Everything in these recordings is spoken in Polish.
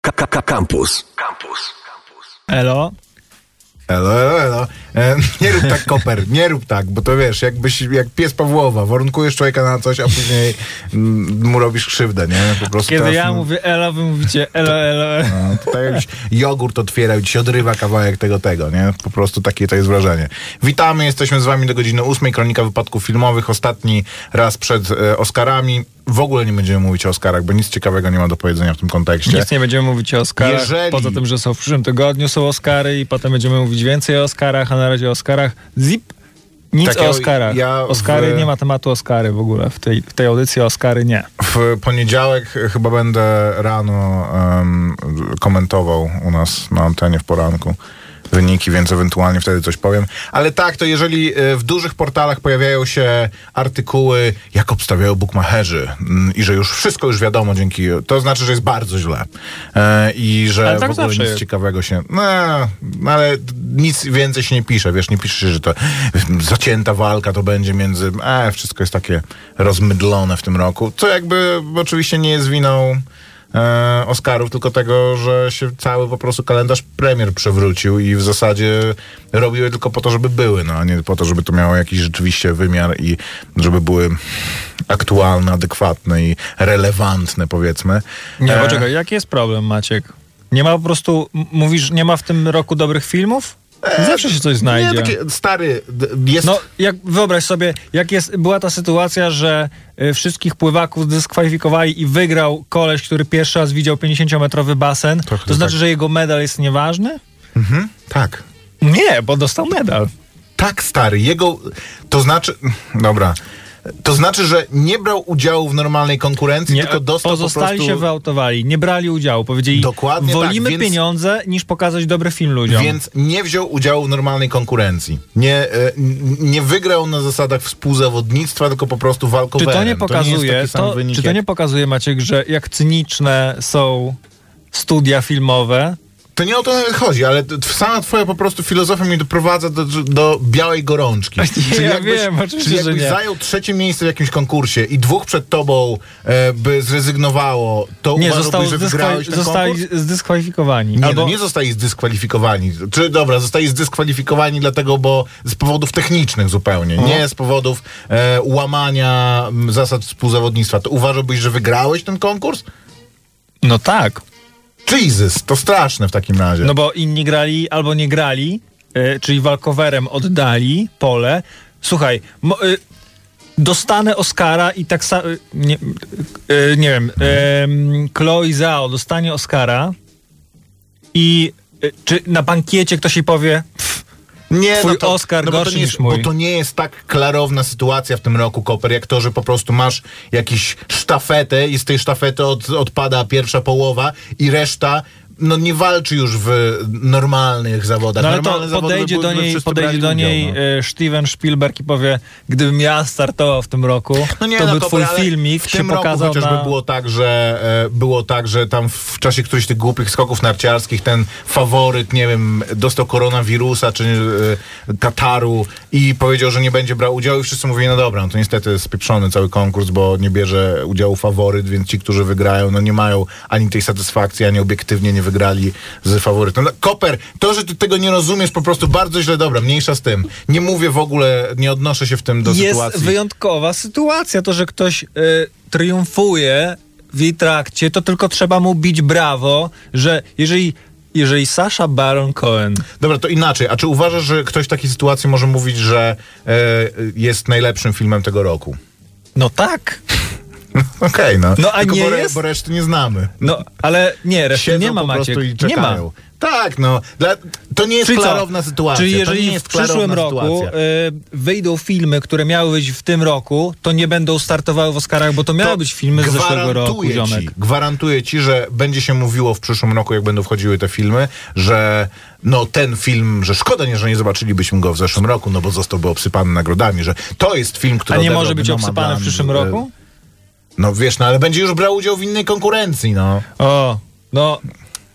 Campus. Elo. Elo. Nie rób tak, Koper, nie rób tak, bo to wiesz, jak pies Pawłowa, warunkujesz człowieka na coś, a później mu robisz krzywdę, nie? Po prostu Kiedy ja mówię elo, wy mówicie elo. No, to tak jakiś jogurt otwiera i ci się odrywa kawałek tego, nie? Po prostu takie to jest wrażenie. Witamy, jesteśmy z wami do godziny 8, Kronika Wypadków Filmowych, ostatni raz przed Oscarami. W ogóle nie będziemy mówić o Oscarach, bo nic ciekawego nie ma do powiedzenia w tym kontekście. Nic nie będziemy mówić o Oscarach, poza tym, że są w przyszłym tygodniu są Oscary i potem będziemy mówić więcej o Oscarach, a na razie o Oscarach nic tak, o Oscarach. Oscary, nie ma tematu Oscary w ogóle. W tej audycji Oscary nie. W poniedziałek chyba będę rano komentował u nas na antenie w poranku wyniki, więc ewentualnie wtedy coś powiem. Ale tak, to jeżeli w dużych portalach pojawiają się artykuły, jak obstawiają bukmacherzy i że już wszystko już wiadomo to znaczy, że jest bardzo źle. I że tak w ogóle nic ciekawego się... No, ale nic więcej się nie pisze. Wiesz, nie pisze się, że to zacięta walka to będzie między... wszystko jest takie rozmydlone w tym roku. Co jakby oczywiście nie jest winą Oscarów, tylko tego, że się cały po prostu kalendarz premier przewrócił i w zasadzie robiły tylko po to, żeby były, a nie po to, żeby to miało jakiś rzeczywiście wymiar i żeby były aktualne, adekwatne i relevantne, powiedzmy. Nie, poczekaj, jaki jest problem, Maciek? Nie ma po prostu, mówisz, nie ma w tym roku dobrych filmów? Zawsze się coś znajdzie. Nie, takie stary jest... No, wyobraź sobie, była ta sytuacja, że wszystkich pływaków dyskwalifikowali i wygrał koleś, który pierwszy raz widział 50-metrowy basen. To znaczy, że jego medal jest nieważny? Tak. Nie, bo dostał medal. Tak, stary. To znaczy, że nie brał udziału w normalnej konkurencji, tylko dostał pozostali po prostu... się wyautowali, nie brali udziału. Powiedzieli, dokładnie wolimy pieniądze, niż pokazać dobry film ludziom. Więc nie wziął udziału w normalnej konkurencji. Nie wygrał na zasadach współzawodnictwa, tylko po prostu walkowerem. Czy to nie pokazuje, Maciek, że jak cyniczne są studia filmowe? To nie o to nawet chodzi, ale sama twoja po prostu filozofia mnie doprowadza do białej gorączki. Czyli jakbyś zajął trzecie miejsce w jakimś konkursie i dwóch przed tobą by zrezygnowało, to uważałbyś, że wygrałeś ten zostali konkurs? zdyskwalifikowani. Nie zostali zdyskwalifikowani. Zostali zdyskwalifikowani dlatego, bo z powodów technicznych zupełnie. Nie z powodów łamania zasad współzawodnictwa. To uważałbyś, że wygrałeś ten konkurs? No tak. Jesus, to straszne w takim razie. No bo inni grali albo nie grali, czyli walkowerem oddali pole. Słuchaj, dostanę Oscara i tak samo... nie wiem, Chloe Zhao dostanie Oscara i czy na bankiecie ktoś jej powie... Twój Oscar gorszy niż mój. Bo to nie jest tak klarowna sytuacja w tym roku, Koper, jak to, że po prostu masz jakiś sztafetę i z tej sztafety odpada pierwsza połowa i reszta nie walczy już w normalnych zawodach. No ale to podejdzie do niej Steven Spielberg i powie, gdybym ja startował w tym roku, to by twój filmik w tym się pokazał roku chociażby było tak, że tam w czasie którychś tych głupich skoków narciarskich ten faworyt, nie wiem, dostał koronawirusa czy kataru i powiedział, że nie będzie brał udziału i wszyscy mówili, no dobra, to niestety jest spieprzony cały konkurs, bo nie bierze udziału faworyt, więc ci, którzy wygrają, nie mają ani tej satysfakcji, ani obiektywnie nie wygrali z faworytem. Koper, to, że ty tego nie rozumiesz, po prostu bardzo źle, dobra, mniejsza z tym. Nie mówię w ogóle, nie odnoszę się w tym do sytuacji. Jest wyjątkowa sytuacja, to, że ktoś triumfuje w jej trakcie, to tylko trzeba mu bić brawo, że jeżeli Sacha Baron Cohen... Dobra, to inaczej. A czy uważasz, że ktoś w takiej sytuacji może mówić, że jest najlepszym filmem tego roku? No tak. Okej, a tylko nie jest? Bo reszty nie znamy. Ale nie, reszty nie ma, Maciek. Nie ma. Tak, to nie jest klarowna sytuacja. Czyli jeżeli w przyszłym roku wyjdą filmy, które miały być w tym roku, to nie będą startowały w Oscarach, bo to miały być filmy z zeszłego roku, ziomek. Gwarantuję ci, że będzie się mówiło w przyszłym roku, jak będą wchodziły te filmy, że ten film, że szkoda, że nie zobaczylibyśmy go w zeszłym roku, bo zostałby obsypany nagrodami, że to jest film, który... A nie może być obsypany w przyszłym roku? Ale będzie już brał udział w innej konkurencji,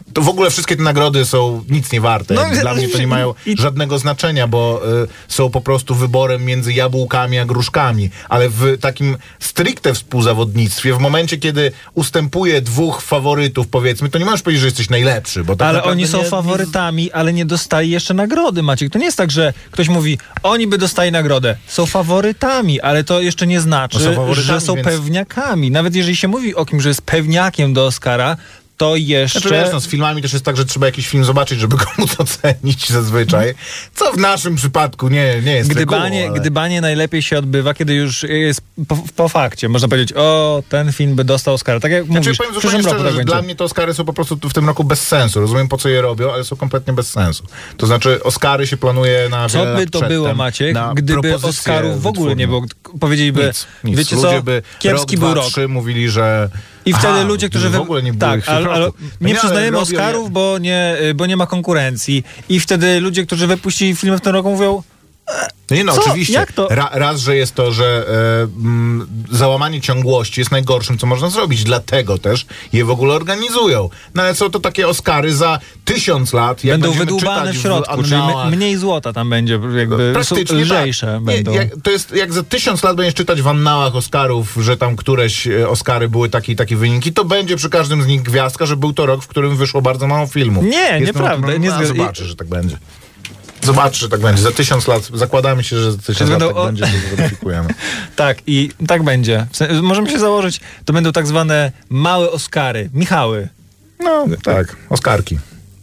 To w ogóle wszystkie te nagrody są nic nie warte. No, Dla mnie to nie mają żadnego znaczenia, bo są po prostu wyborem między jabłkami a gruszkami. Ale w takim stricte współzawodnictwie, w momencie, kiedy ustępuje dwóch faworytów, powiedzmy, to nie możesz powiedzieć, że jesteś najlepszy. Bo tak ale oni są faworytami, ale nie dostali jeszcze nagrody, Maciek. To nie jest tak, że ktoś mówi, oni by dostali nagrodę. Są faworytami, ale to jeszcze nie znaczy, że są pewniakami. Nawet jeżeli się mówi o kimś, że jest pewniakiem do Oscara, to jeszcze... Znaczy, wiesz, no, z filmami też jest tak, że trzeba jakiś film zobaczyć, żeby go móc ocenić zazwyczaj. Co w naszym przypadku nie jest Gdybanie najlepiej się odbywa, kiedy już jest po fakcie. Można powiedzieć, o, ten film by dostał Oscara. Tak jak mówisz, powiem zupełnie szczerze, że dla mnie te Oscary są po prostu w tym roku bez sensu. Rozumiem, po co je robią, ale są kompletnie bez sensu. To znaczy, Oscary się planuje na wiele lat by to przedtem, było, Maciek, gdyby Oscarów w ogóle nie było? Powiedzieliby, nic. Wiecie Ludzie co, by kiepski był rok. 3 mówili, że... I wtedy ludzie, którzy w ogóle nie było tak, ale nie przyznajemy Oscarów, bo nie ma konkurencji. I wtedy ludzie, którzy wypuścili filmy w tym roku, mówią... No oczywiście. Jak to? Raz, że jest to, że załamanie ciągłości jest najgorszym, co można zrobić. Dlatego też je w ogóle organizują. No ale są to takie Oscary za 1000 lat. Jak będą wydłubane w środku, czyli mniej złota tam będzie, jakby praktycznie lżejsze tak. będą. To jest jak za 1000 lat będziesz czytać w annałach Oscarów, że tam któreś Oscary były takie i takie wyniki, to będzie przy każdym z nich gwiazdka, że był to rok, w którym wyszło bardzo mało filmów. Nieprawda. Zobaczę, że tak będzie. Zobacz, że tak będzie. Za 1000 lat, zakładamy się, że za 1000 lat tak będzie, to zweryfikujemy. Tak, i tak będzie. Możemy się założyć, to będą tak zwane małe Oscary. Michały. No, tak. Oscarki.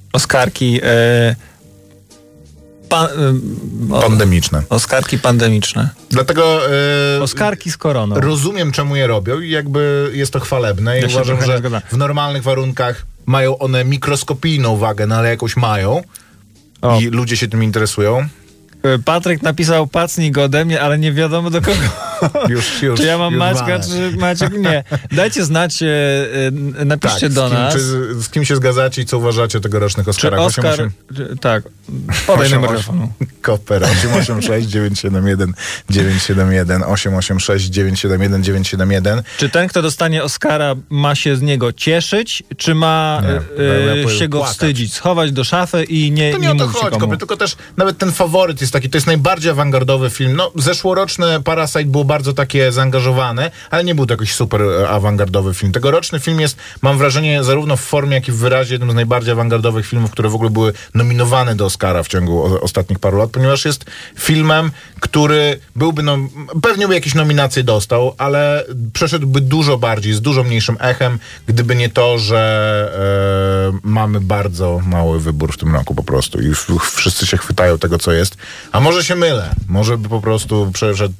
Pandemiczne. Oscarki pandemiczne. Dlatego Oscarki z koroną. Rozumiem, czemu je robią i jakby jest to chwalebne i uważam, że w normalnych warunkach mają one mikroskopijną wagę, no ale jakąś mają. I ludzie się tym interesują. Patryk napisał, pacnij go ode mnie, ale nie wiadomo do kogo. Już. Czy ja mam Maćka, czy Maciek? Nie. Dajcie znać, napiszcie do nas. Z kim się zgadzacie i co uważacie o tegorocznych Oscarach? Czy Oscar... Tak. Podaj numer telefonu. Koper 886 971 971 886 971 971. Czy ten, kto dostanie Oscara, ma się z niego cieszyć, czy ma się go wstydzić, schować do szafy i nie mówić to chodzi, komu? tylko też nawet ten faworyt jest taki, to jest najbardziej awangardowy film. No, zeszłoroczne Parasite było bardzo takie zaangażowane, ale nie był to jakiś super awangardowy film. Tegoroczny film jest, mam wrażenie, zarówno w formie, jak i w wyrazie jednym z najbardziej awangardowych filmów, które w ogóle były nominowane do Oscara w ciągu ostatnich paru lat, ponieważ jest filmem, który byłby, pewnie by jakieś nominacje dostał, ale przeszedłby dużo bardziej, z dużo mniejszym echem, gdyby nie to, że mamy bardzo mały wybór w tym roku po prostu i wszyscy się chwytają tego, co jest. A może się mylę. Może by po prostu przeszedł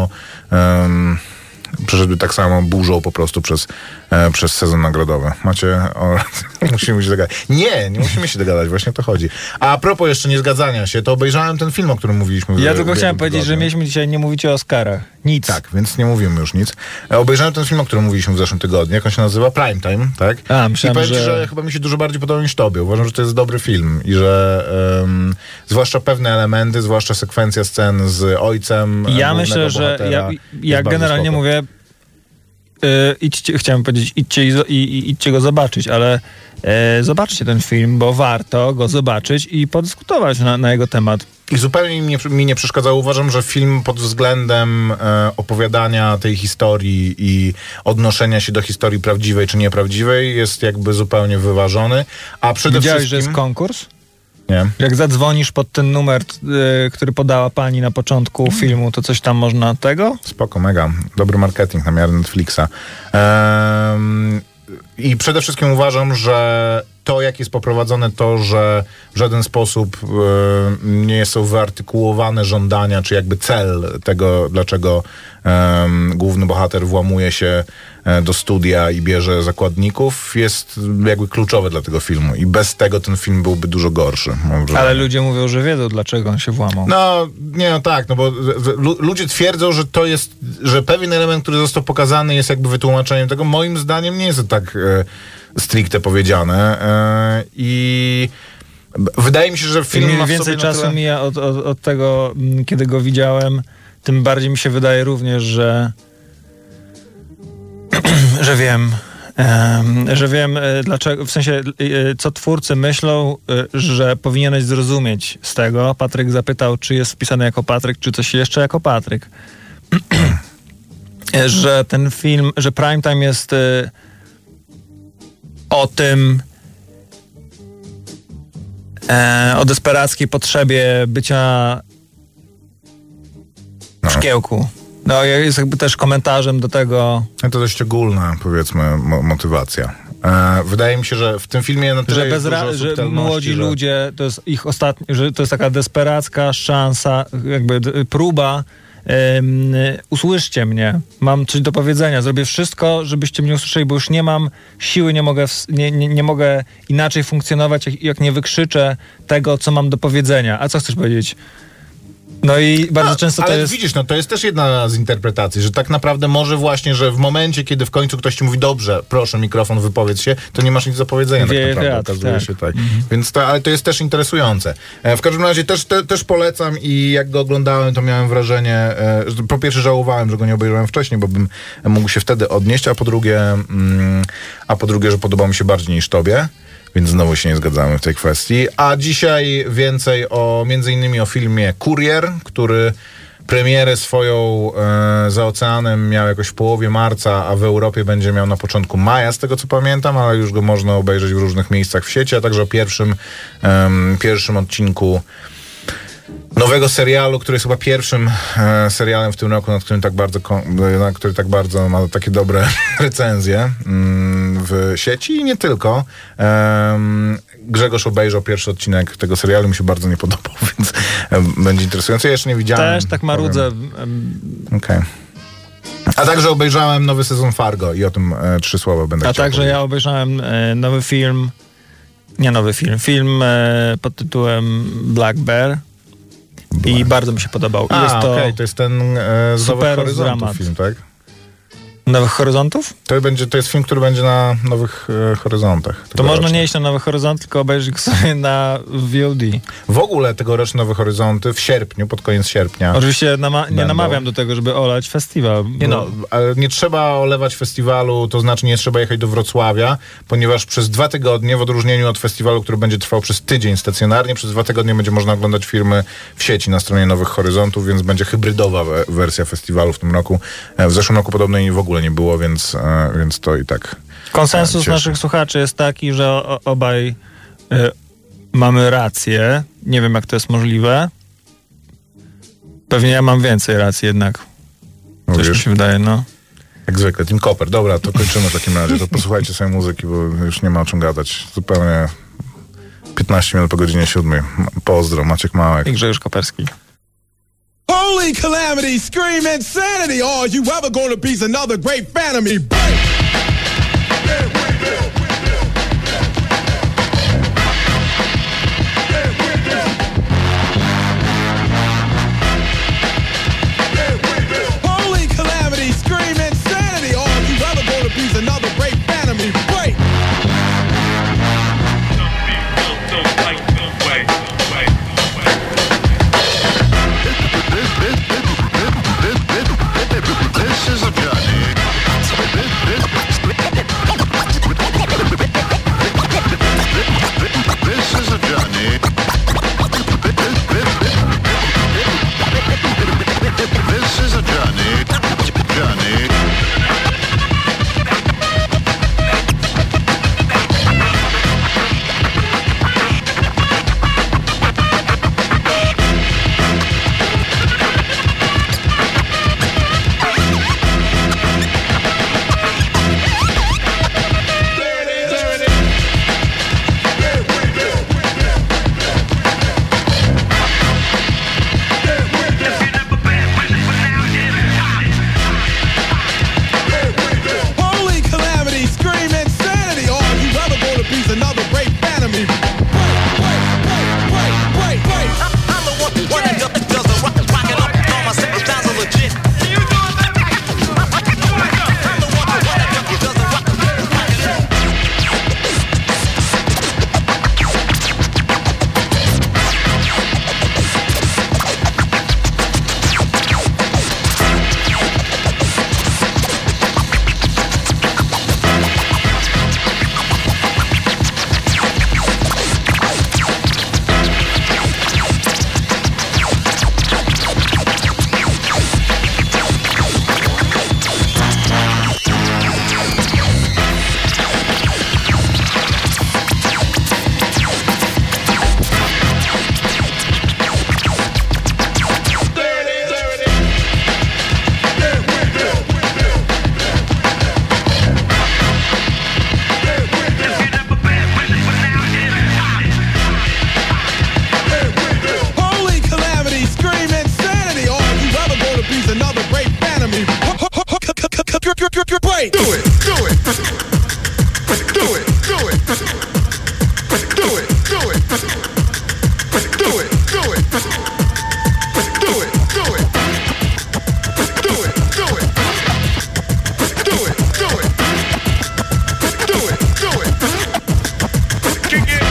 tak samo burzą po prostu przez sezon nagrodowy. Musimy się dogadać. Nie musimy się dogadać, właśnie o to chodzi. A propos jeszcze niezgadzania się, to obejrzałem ten film, o którym mówiliśmy. Ja tylko chciałem powiedzieć, że mieliśmy dzisiaj nie mówić o Oscarach. Nic. Tak, więc nie mówimy już nic. Obejrzałem ten film, o którym mówiliśmy w zeszłym tygodniu. Jak on się nazywa? Prime Time, tak? Myślałem, i powiem ci, że chyba mi się dużo bardziej podobał niż tobie. Uważam, że to jest dobry film i że zwłaszcza pewne elementy, zwłaszcza sekwencja scen z ojcem. Ja myślę, że ja generalnie mówię, chciałem powiedzieć, idźcie go zobaczyć, ale zobaczcie ten film, bo warto go zobaczyć i podyskutować na jego temat. I zupełnie mi nie przeszkadzało. Uważam, że film pod względem opowiadania tej historii i odnoszenia się do historii prawdziwej czy nieprawdziwej jest jakby zupełnie wyważony. A przede Widziałeś, wszystkim... że jest konkurs? Nie. Jak zadzwonisz pod ten numer, który podała pani na początku filmu, to coś tam można tego? Spoko, mega. Dobry marketing na miarę Netflixa. I przede wszystkim uważam, że to, jak jest poprowadzone, to, że w żaden sposób nie są wyartykułowane żądania, czy jakby cel tego, dlaczego główny bohater włamuje się do studia i bierze zakładników, jest jakby kluczowe dla tego filmu. I bez tego ten film byłby dużo gorszy. Ale ludzie mówią, że wiedzą, dlaczego on się włamał. Bo ludzie twierdzą, że to jest, że pewien element, który został pokazany, jest jakby wytłumaczeniem tego. Moim zdaniem nie jest to tak stricte powiedziane. I wydaje mi się, że film ma w więcej sobie czasu mija od tego, kiedy go widziałem, tym bardziej mi się wydaje również, że wiem, że wiem dlaczego, w sensie co twórcy myślą, że powinieneś zrozumieć z tego. Patryk zapytał, czy jest wpisany jako Patryk, czy coś jeszcze jako Patryk. Że ten film, że Primetime jest o tym, o desperackiej potrzebie bycia w szkiełku. No, jest jakby też komentarzem do tego. To dość ogólna, powiedzmy, motywacja. Wydaje mi się, że w tym filmie na tyle że młodzi ludzie, to jest ich że to jest taka desperacka szansa, jakby próba. Usłyszcie mnie, mam coś do powiedzenia, zrobię wszystko, żebyście mnie usłyszeli, bo już nie mam siły, nie mogę inaczej funkcjonować, jak nie wykrzyczę tego, co mam do powiedzenia. A co chcesz powiedzieć? No i bardzo często to jest... widzisz, no to jest też jedna z interpretacji, że tak naprawdę może właśnie, że w momencie, kiedy w końcu ktoś ci mówi, dobrze, proszę, mikrofon, wypowiedz się, to nie masz nic do powiedzenia tak naprawdę, okazuje się tak. Więc ale to jest też interesujące. W każdym razie też polecam i jak go oglądałem, to miałem wrażenie, że po pierwsze żałowałem, że go nie obejrzałem wcześniej, bo bym mógł się wtedy odnieść, a po drugie, że podobał mi się bardziej niż tobie. Więc znowu się nie zgadzamy w tej kwestii. A dzisiaj więcej między innymi o filmie Kurier, który premierę swoją za oceanem miał jakoś w połowie marca, a w Europie będzie miał na początku maja, z tego co pamiętam, ale już go można obejrzeć w różnych miejscach w sieci, a także o pierwszym odcinku nowego serialu, który jest chyba pierwszym serialem w tym roku, na który tak bardzo ma takie dobre recenzje w sieci i nie tylko. Grzegorz obejrzał pierwszy odcinek tego serialu, mi się bardzo nie podobał, więc będzie interesujące. Ja jeszcze nie widziałem. Też tak marudzę. Okej. A także obejrzałem nowy sezon Fargo i o tym 3 słowa będę chciał także powiedzieć. Ja obejrzałem film pod tytułem Black Bear. I bardzo mi się podobał. To jest ten z Nowych Horyzontów film, tak? Nowych Horyzontów? To jest film, który będzie na Nowych Horyzontach. To można nie iść na Nowy Horyzont, tylko obejrzeć go sobie na VOD. W ogóle tegoroczne Nowe Horyzonty w sierpniu, pod koniec sierpnia. Oczywiście nie namawiam do tego, żeby olać festiwal. Ale nie trzeba olewać festiwalu, to znaczy nie trzeba jechać do Wrocławia, ponieważ przez 2 tygodnie, w odróżnieniu od festiwalu, który będzie trwał przez tydzień stacjonarnie, przez 2 tygodnie będzie można oglądać filmy w sieci na stronie Nowych Horyzontów, więc będzie hybrydowa wersja festiwalu w tym roku. W zeszłym roku podobnej w ogóle nie było, więc to i tak. Konsensus naszych słuchaczy jest taki, że obaj mamy rację. Nie wiem, jak to jest możliwe. Pewnie ja mam więcej racji jednak. Coś mi się wydaje, no. Jak zwykle, Tim Cooper. Dobra, to kończymy w takim razie. To posłuchajcie sobie muzyki, bo już nie ma o czym gadać. Zupełnie 15 minut po godzinie 7. Pozdro, Maciek Małek. I Grzegorz Koperski. Holy calamity, scream insanity. All you ever gonna be is another great fan of me. Holy calamity, scream insanity. All you ever gonna be is another great fan of me. Break. This is a journey. Wait, do it, do it. Do it, do it. Do it, do it. Do it, do it. Do it, do it. Do it, do it. Do it, do it. Do it, do it. Kick it.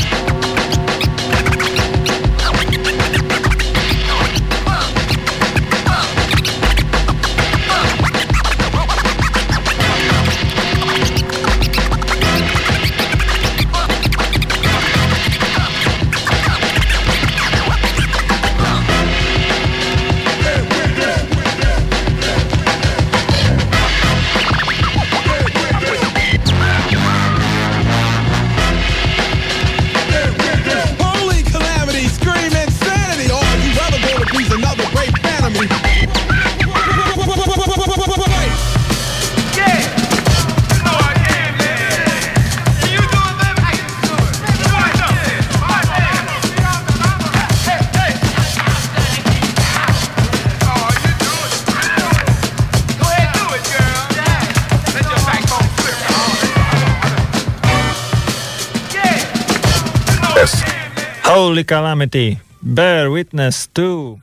Holy Calamity, Bear Witness 2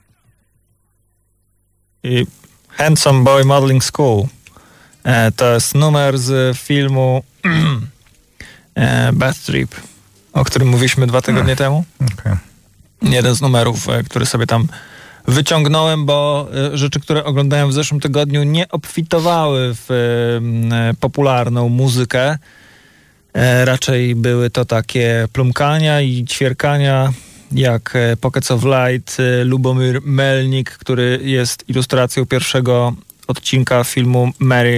i Handsome Boy Modeling School. To jest numer z filmu Bad Trip, o którym mówiliśmy 2 tygodnie temu. Okay. Jeden z numerów, który sobie tam wyciągnąłem, bo rzeczy, które oglądałem w zeszłym tygodniu, nie obfitowały w popularną muzykę. Raczej były to takie plumkania i ćwierkania, jak Pockets of Light, Lubomir Melnik, który jest ilustracją pierwszego odcinka filmu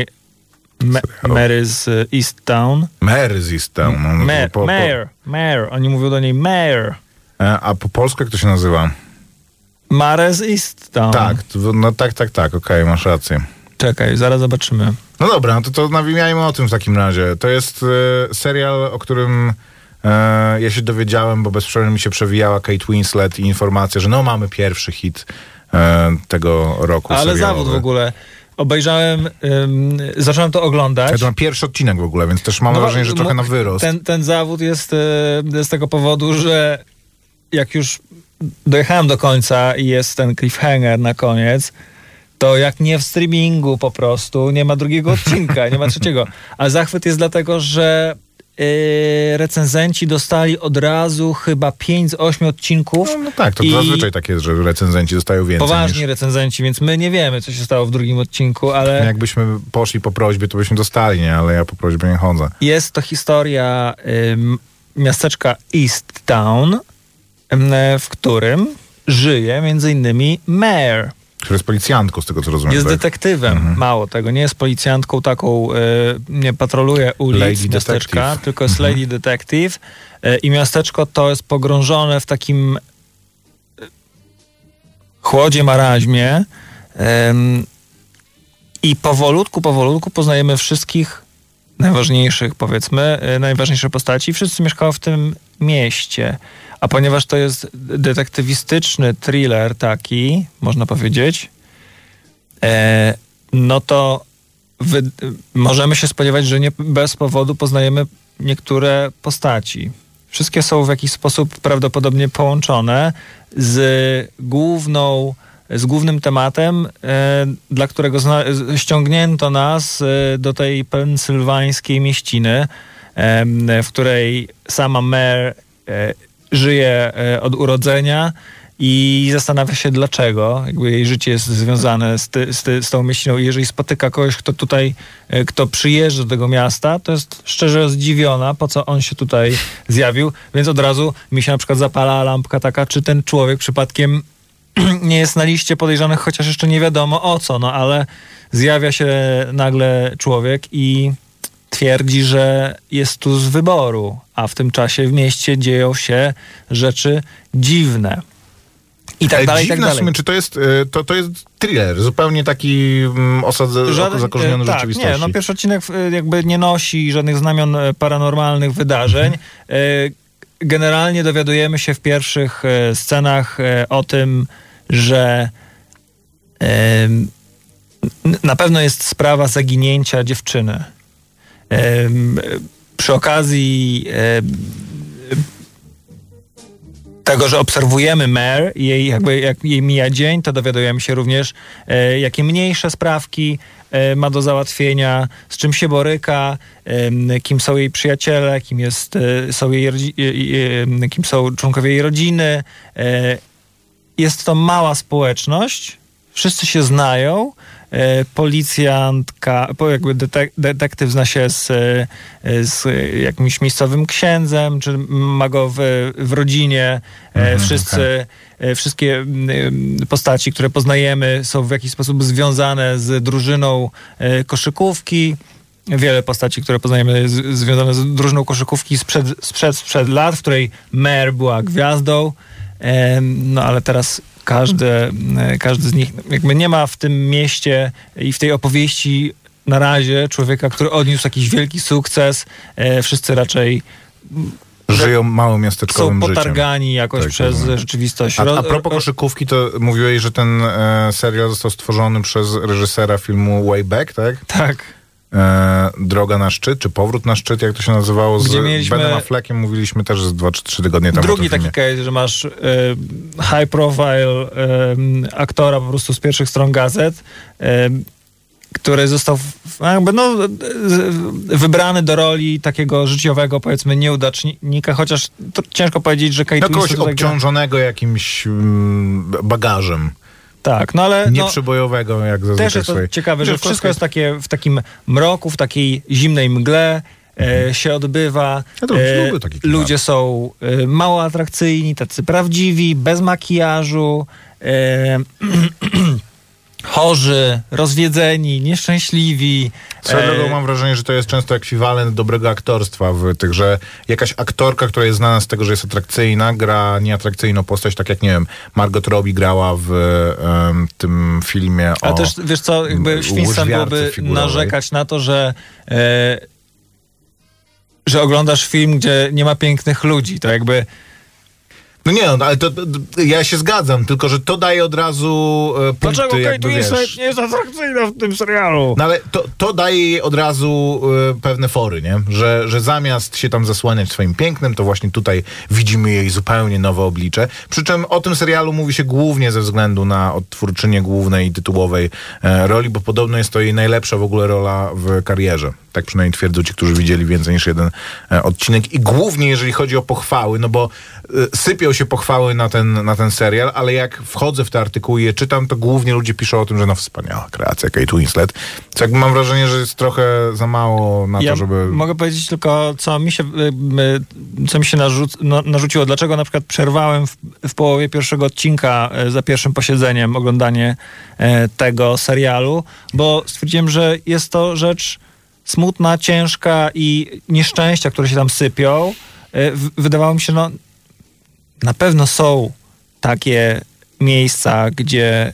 Mary z Easttown. Mary z Easttown. Mare. Oni mówią do niej Mare. A po polsku jak to się nazywa? Mare z Easttown. Tak, no tak, okej, masz rację. Czekaj, zaraz zobaczymy. No dobra, to nawijajmy o tym w takim razie. To jest serial, o którym ja się dowiedziałem, bo bez przerwy mi się przewijała Kate Winslet i informacja, że mamy pierwszy hit tego roku ale serialowy. Zawód w ogóle. Obejrzałem, zacząłem to oglądać. Ja to mam pierwszy odcinek w ogóle, więc też mam wrażenie, że trochę na wyrost. Ten zawód jest z tego powodu, że jak już dojechałem do końca i jest ten cliffhanger na koniec, to jak nie w streamingu po prostu, nie ma drugiego odcinka, nie ma trzeciego. A zachwyt jest dlatego, że recenzenci dostali od razu chyba 5 z 8 odcinków. No tak, to zazwyczaj tak jest, że recenzenci dostają więcej. Poważni recenzenci, więc my nie wiemy, co się stało w drugim odcinku, ale... Jakbyśmy poszli po prośbie, to byśmy dostali, nie? Ale ja po prośbie nie chodzę. Jest to historia miasteczka Easttown, w którym żyje między innymi Mare. Który jest policjantką, z tego co rozumiem. Jest tak? detektywem, mało tego. Nie jest policjantką taką, nie patroluje ulic Lady miasteczka, Detective. tylko jest Lady Detective. I miasteczko to jest pogrążone w takim chłodzie, maraźmie. I powolutku poznajemy wszystkich najważniejszych, powiedzmy, najważniejsze postaci. Wszyscy mieszkają w tym mieście. A ponieważ to jest detektywistyczny thriller taki, można powiedzieć, no to możemy się spodziewać, że nie bez powodu poznajemy niektóre postaci. Wszystkie są w jakiś sposób prawdopodobnie połączone z głównym tematem, dla którego ściągnięto nas do tej pensylwańskiej mieściny, w której sama Mare żyje od urodzenia i zastanawia się dlaczego. Jakby jej życie jest związane z tą mieściną i jeżeli spotyka kogoś, kto przyjeżdża do tego miasta, to jest szczerze zdziwiona, po co on się tutaj zjawił, więc od razu mi się na przykład zapala lampka taka, czy ten człowiek przypadkiem nie jest na liście podejrzanych, chociaż jeszcze nie wiadomo o co, no ale zjawia się nagle człowiek i twierdzi, że jest tu z wyboru, a w tym czasie w mieście dzieją się rzeczy dziwne. I tak dalej, i tak dalej. W sumie, czy to jest thriller, zupełnie taki zakorzeniony w rzeczywistości. Nie, pierwszy odcinek jakby nie nosi żadnych znamion paranormalnych wydarzeń. Generalnie dowiadujemy się w pierwszych scenach o tym, że Na pewno jest sprawa zaginięcia dziewczyny. Przy okazji tego, że obserwujemy Mare i jej, jak jej mija dzień, to dowiadujemy się również, jakie mniejsze sprawki ma do załatwienia, z czym się boryka, kim są jej przyjaciele, kim są członkowie jej rodziny. Jest to mała społeczność, wszyscy się znają, policjantka, jakby detektyw zna się z jakimś miejscowym księdzem, czy ma go w rodzinie. Wszystkie postaci, które poznajemy, są w jakiś sposób związane z drużyną koszykówki. Wiele postaci, które poznajemy, związane z drużyną koszykówki sprzed lat, w której Mare była gwiazdą. No ale teraz każdy z nich jakby nie ma w tym mieście i w tej opowieści na razie człowieka, który odniósł jakiś wielki sukces. Wszyscy raczej żyją małym miasteczkowym są życiem. Potargani jakoś przez rzeczywistość. A propos koszykówki, to mówiłeś, że ten serial został stworzony przez reżysera filmu Way Back, tak? Tak. Droga na szczyt, czy Powrót na szczyt, jak to się nazywało, z Benem Affleckiem, mówiliśmy też z 2 czy 3 tygodnie temu. Drugi taki case, że masz high profile aktora po prostu z pierwszych stron gazet, który został wybrany do roli takiego życiowego, powiedzmy, nieudacznika, chociaż to ciężko powiedzieć, że Kate kogoś Winslet obciążonego jakimś bagażem. Tak, no ale... Nieprzybojowego, jak zazwyczaj. Też jest to ciekawe, że wszystko jest takie w takim mroku, w takiej zimnej mgle się odbywa. Ludzie są mało atrakcyjni, tacy prawdziwi, bez makijażu, chorzy, rozwiedzeni, nieszczęśliwi. Swoją drogą mam wrażenie, że to jest często ekwiwalent dobrego aktorstwa w tych, że jakaś aktorka, która jest znana z tego, że jest atrakcyjna, gra nieatrakcyjną postać, tak jak, nie wiem, Margot Robbie grała w tym filmie Ale też, wiesz co, jakby świństwem byłoby narzekać na to, że oglądasz film, gdzie nie ma pięknych ludzi. To jakby... No nie, ale to ja się zgadzam, tylko że to daje od razu punkty. Dlaczego Kate Winslet nie jest atrakcyjna w tym serialu? No ale to daje jej od razu pewne fory, nie? Że zamiast się tam zasłaniać swoim pięknem, to właśnie tutaj widzimy jej zupełnie nowe oblicze. Przy czym o tym serialu mówi się głównie ze względu na odtwórczynię głównej i tytułowej roli, bo podobno jest to jej najlepsza w ogóle rola w karierze. Tak przynajmniej twierdzą ci, którzy widzieli więcej niż jeden odcinek. I głównie jeżeli chodzi o pochwały, no bo sypią się pochwały na ten serial, ale jak wchodzę w te artykuły i je czytam, to głównie ludzie piszą o tym, że no wspaniała kreacja Kate Winslet. Co jakby mam wrażenie, że jest trochę za mało na to, żeby... Mogę powiedzieć tylko, co mi się narzuciło. Dlaczego na przykład przerwałem w połowie pierwszego odcinka za pierwszym posiedzeniem oglądanie tego serialu, bo stwierdziłem, że jest to rzecz smutna, ciężka i nieszczęścia, które się tam sypią. Wydawało mi się, no na pewno są takie miejsca, gdzie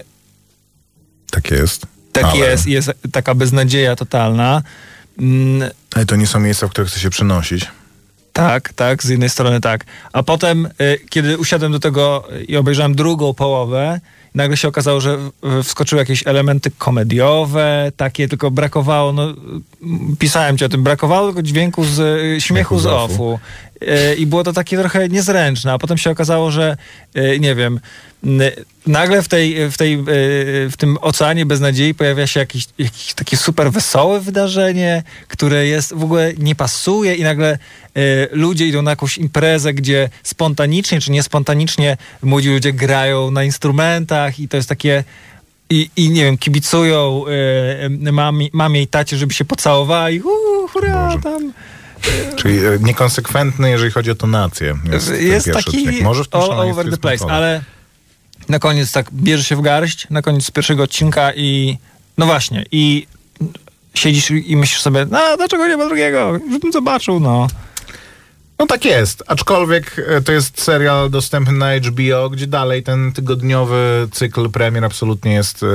jest taka beznadzieja totalna. Ale to nie są miejsca, w których chce się przenosić. Tak, z jednej strony tak. A potem, kiedy usiadłem do tego i obejrzałem drugą połowę, nagle się okazało, że wskoczyły jakieś elementy komediowe, takie, tylko brakowało, no pisałem ci o tym, brakowało tylko dźwięku śmiechu z offu. I było to takie trochę niezręczne, a potem się okazało, że nie wiem, nagle w tym oceanie beznadziei pojawia się jakieś takie super wesołe wydarzenie, które jest w ogóle nie pasuje i nagle ludzie idą na jakąś imprezę, gdzie spontanicznie czy niespontanicznie młodzi ludzie grają na instrumentach i to jest takie i nie wiem, kibicują mamie i tacie, żeby się pocałowali. Hurra, tam... Czyli niekonsekwentny, jeżeli chodzi o tonację. Jest taki może w all over the place, ale na koniec tak bierze się w garść, na koniec pierwszego odcinka i no właśnie, i siedzisz i myślisz sobie, no dlaczego nie ma drugiego? Już bym zobaczył, no. No tak jest, aczkolwiek to jest serial dostępny na HBO, gdzie dalej ten tygodniowy cykl premier absolutnie jest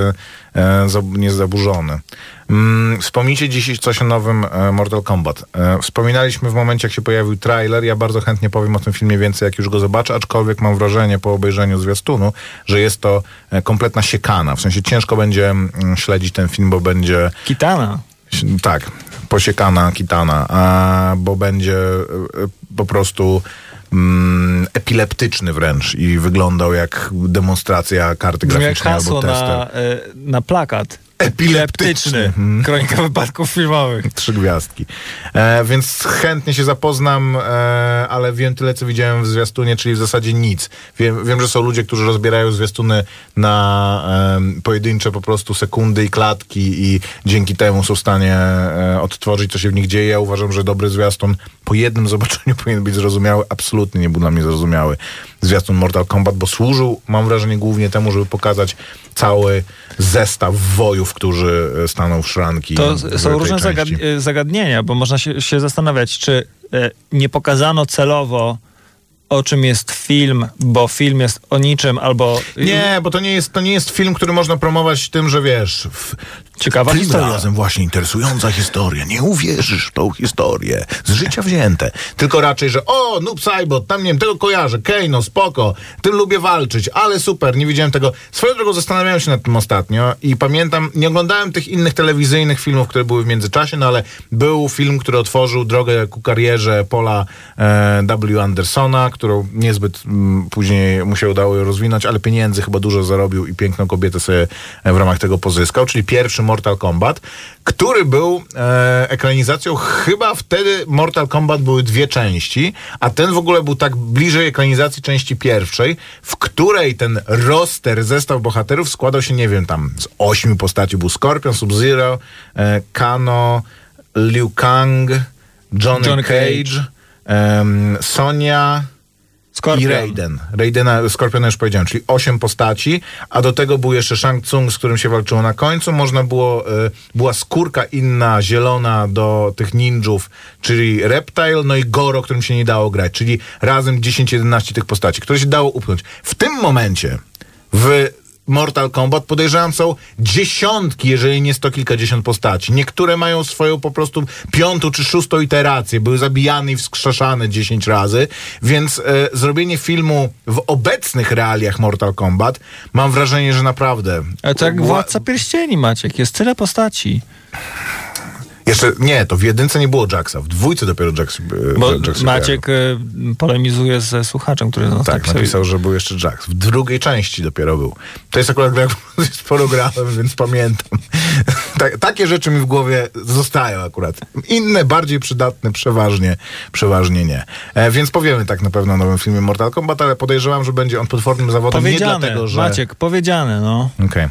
niezaburzony. Wspomnijcie dziś coś o nowym Mortal Kombat. Wspominaliśmy w momencie, jak się pojawił trailer. Ja bardzo chętnie powiem o tym filmie więcej, jak już go zobaczę, aczkolwiek mam wrażenie po obejrzeniu zwiastunu, że jest to kompletna siekana. W sensie ciężko będzie śledzić ten film, bo będzie... Kitana. Tak, posiekana Kitana, bo będzie po prostu epileptyczny wręcz i wyglądał jak demonstracja karty graficznej jak albo hasło tester. na plakat. Epileptyczny. Kronika wypadków filmowych. 3 gwiazdki. Więc chętnie się zapoznam, ale wiem tyle, co widziałem w zwiastunie, czyli w zasadzie nic. Wiem, że są ludzie, którzy rozbierają zwiastuny na pojedyncze po prostu sekundy i klatki i dzięki temu są w stanie odtworzyć, co się w nich dzieje. Ja uważam, że dobry zwiastun po jednym zobaczeniu powinien być zrozumiały. Absolutnie nie był dla mnie zrozumiały zwiastun Mortal Kombat, bo służył, mam wrażenie, głównie temu, żeby pokazać cały zestaw wojów, którzy staną w szranki. To są różne zagadnienia, bo można się zastanawiać, czy nie pokazano celowo, o czym jest film, bo film jest o niczym, albo... Nie, bo to nie jest film, który można promować tym, że wiesz... Ciekawa historia. Razem właśnie interesująca historia. Nie uwierzysz w tą historię. Z życia wzięte. Tylko raczej, że Noob Saibot, tam nie wiem, tego kojarzę, Kano, spoko, tym lubię walczyć, ale super, nie widziałem tego. Swoją drogą zastanawiałem się nad tym ostatnio i pamiętam, nie oglądałem tych innych telewizyjnych filmów, które były w międzyczasie, no ale był film, który otworzył drogę ku karierze Paula W. Andersona, którą niezbyt później mu się udało rozwinąć, ale pieniędzy chyba dużo zarobił i piękną kobietę sobie w ramach tego pozyskał, czyli pierwszy Mortal Kombat, który był ekranizacją, chyba wtedy Mortal Kombat były 2 części, a ten w ogóle był tak bliżej ekranizacji części pierwszej, w której ten roster, zestaw bohaterów składał się, nie wiem, tam z 8 postaci. Był Scorpion, Sub-Zero, Kano, Liu Kang, Johnny Cage, Sonya... Scorpion. I Raiden. Scorpiona już powiedziałem, czyli 8 postaci, a do tego był jeszcze Shang Tsung, z którym się walczyło na końcu. Można było, była skórka inna, zielona do tych ninjów, czyli Reptile, no i Goro, którym się nie dało grać, czyli razem 10-11 tych postaci, które się dało upchnąć. W tym momencie w Mortal Kombat podejrzewam są dziesiątki, jeżeli nie 100 kilkadziesiąt postaci. Niektóre mają swoją po prostu 5. czy 6. iterację. Były zabijane i wskrzeszane 10 razy, więc zrobienie filmu w obecnych realiach Mortal Kombat, mam wrażenie, że naprawdę... Ale to jak Władca Pierścieni, Maciek, jest tyle postaci. Jeszcze nie, to w 1 nie było Jaxa, w 2 dopiero Jax. Bo Maciek polemizuje ze słuchaczem, który nas tak napisał, że był jeszcze Jax. W 2 części dopiero był. To jest akurat sporo grałem, więc pamiętam. Takie rzeczy mi w głowie zostają akurat. Inne, bardziej przydatne, przeważnie nie. Więc powiemy tak na pewno o nowym filmie Mortal Kombat, ale podejrzewam, że będzie on potwornym zawodem. Powiedziane, nie dlatego, że... Maciek, powiedziane, no. Okej.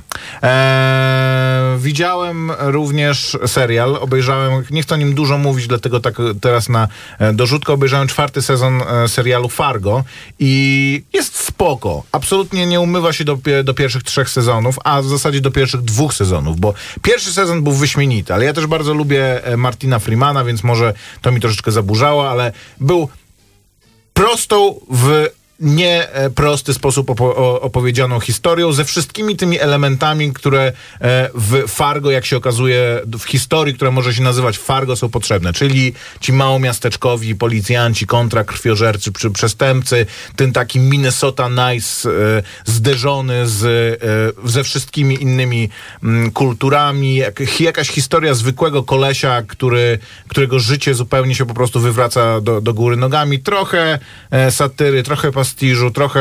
Widziałem również serial, obejrzałem, nie chcę o nim dużo mówić, dlatego tak teraz na dorzutkę obejrzałem 4. sezon serialu Fargo i jest spoko. Absolutnie nie umywa się do pierwszych 3 sezonów, a w zasadzie do pierwszych 2 sezonów, bo pierwszy sezon był wyśmienity, ale ja też bardzo lubię Martina Freemana, więc może to mi troszeczkę zaburzało, ale był prostą w nieprosty sposób opowiedzianą historią, ze wszystkimi tymi elementami, które w Fargo, jak się okazuje, w historii, która może się nazywać Fargo, są potrzebne. Czyli ci małomiasteczkowi policjanci, kontrakrwiożercy, przestępcy, ten taki Minnesota Nice zderzony ze wszystkimi innymi kulturami. Jakaś historia zwykłego kolesia, którego życie zupełnie się po prostu wywraca do góry nogami. Trochę satyry, trochę pastiżu, trochę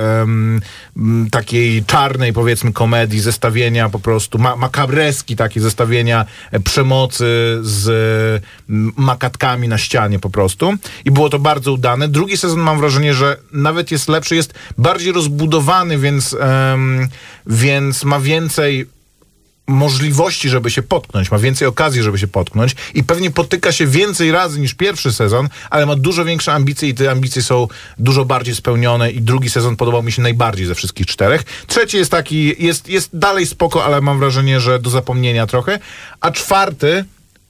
takiej czarnej, powiedzmy, komedii, zestawienia po prostu, makabreski takie zestawienia przemocy z makatkami na ścianie po prostu. I było to bardzo udane. 2 sezon, mam wrażenie, że nawet jest lepszy, jest bardziej rozbudowany, więc ma więcej możliwości, żeby się potknąć, ma więcej okazji, żeby się potknąć i pewnie potyka się więcej razy niż pierwszy sezon, ale ma dużo większe ambicje i te ambicje są dużo bardziej spełnione i 2 sezon podobał mi się najbardziej ze wszystkich 4. 3 jest taki, jest dalej spoko, ale mam wrażenie, że do zapomnienia trochę, a 4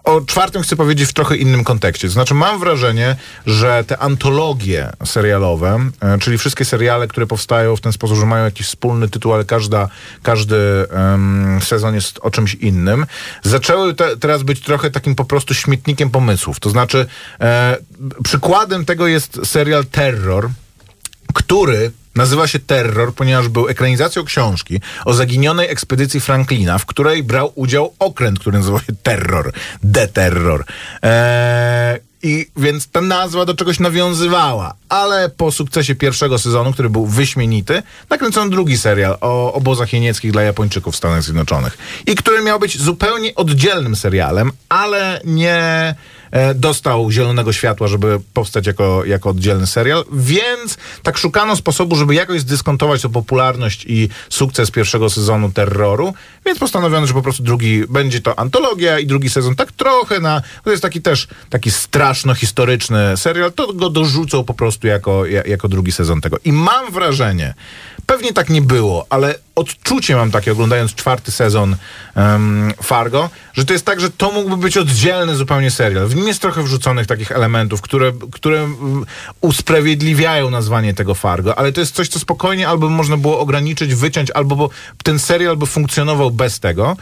o czwartym chcę powiedzieć w trochę innym kontekście. To znaczy mam wrażenie, że te antologie serialowe, czyli wszystkie seriale, które powstają w ten sposób, że mają jakiś wspólny tytuł, ale każdy sezon jest o czymś innym, zaczęły teraz być trochę takim po prostu śmietnikiem pomysłów. To znaczy przykładem tego jest serial Terror, który nazywa się Terror, ponieważ był ekranizacją książki o zaginionej ekspedycji Franklina, w której brał udział okręt, który nazywał się Terror. The Terror. I więc ta nazwa do czegoś nawiązywała. Ale po sukcesie pierwszego sezonu, który był wyśmienity, nakręcono drugi serial o obozach jenieckich dla Japończyków w Stanach Zjednoczonych. I który miał być zupełnie oddzielnym serialem, ale nie dostał zielonego światła, żeby powstać jako oddzielny serial, więc tak szukano sposobu, żeby jakoś zdyskontować tę popularność i sukces pierwszego sezonu Terroru, więc postanowiono, że po prostu będzie to antologia i drugi sezon tak trochę to jest taki straszno-historyczny serial, to go dorzucą po prostu jako drugi sezon tego. I mam wrażenie, pewnie tak nie było, ale odczucie mam takie, oglądając czwarty sezon Fargo, że to jest tak, że to mógłby być oddzielny zupełnie serial. W nim jest trochę wrzuconych takich elementów, które usprawiedliwiają nazwanie tego Fargo, ale to jest coś, co spokojnie albo można było ograniczyć, wyciąć, albo ten serial by funkcjonował bez tego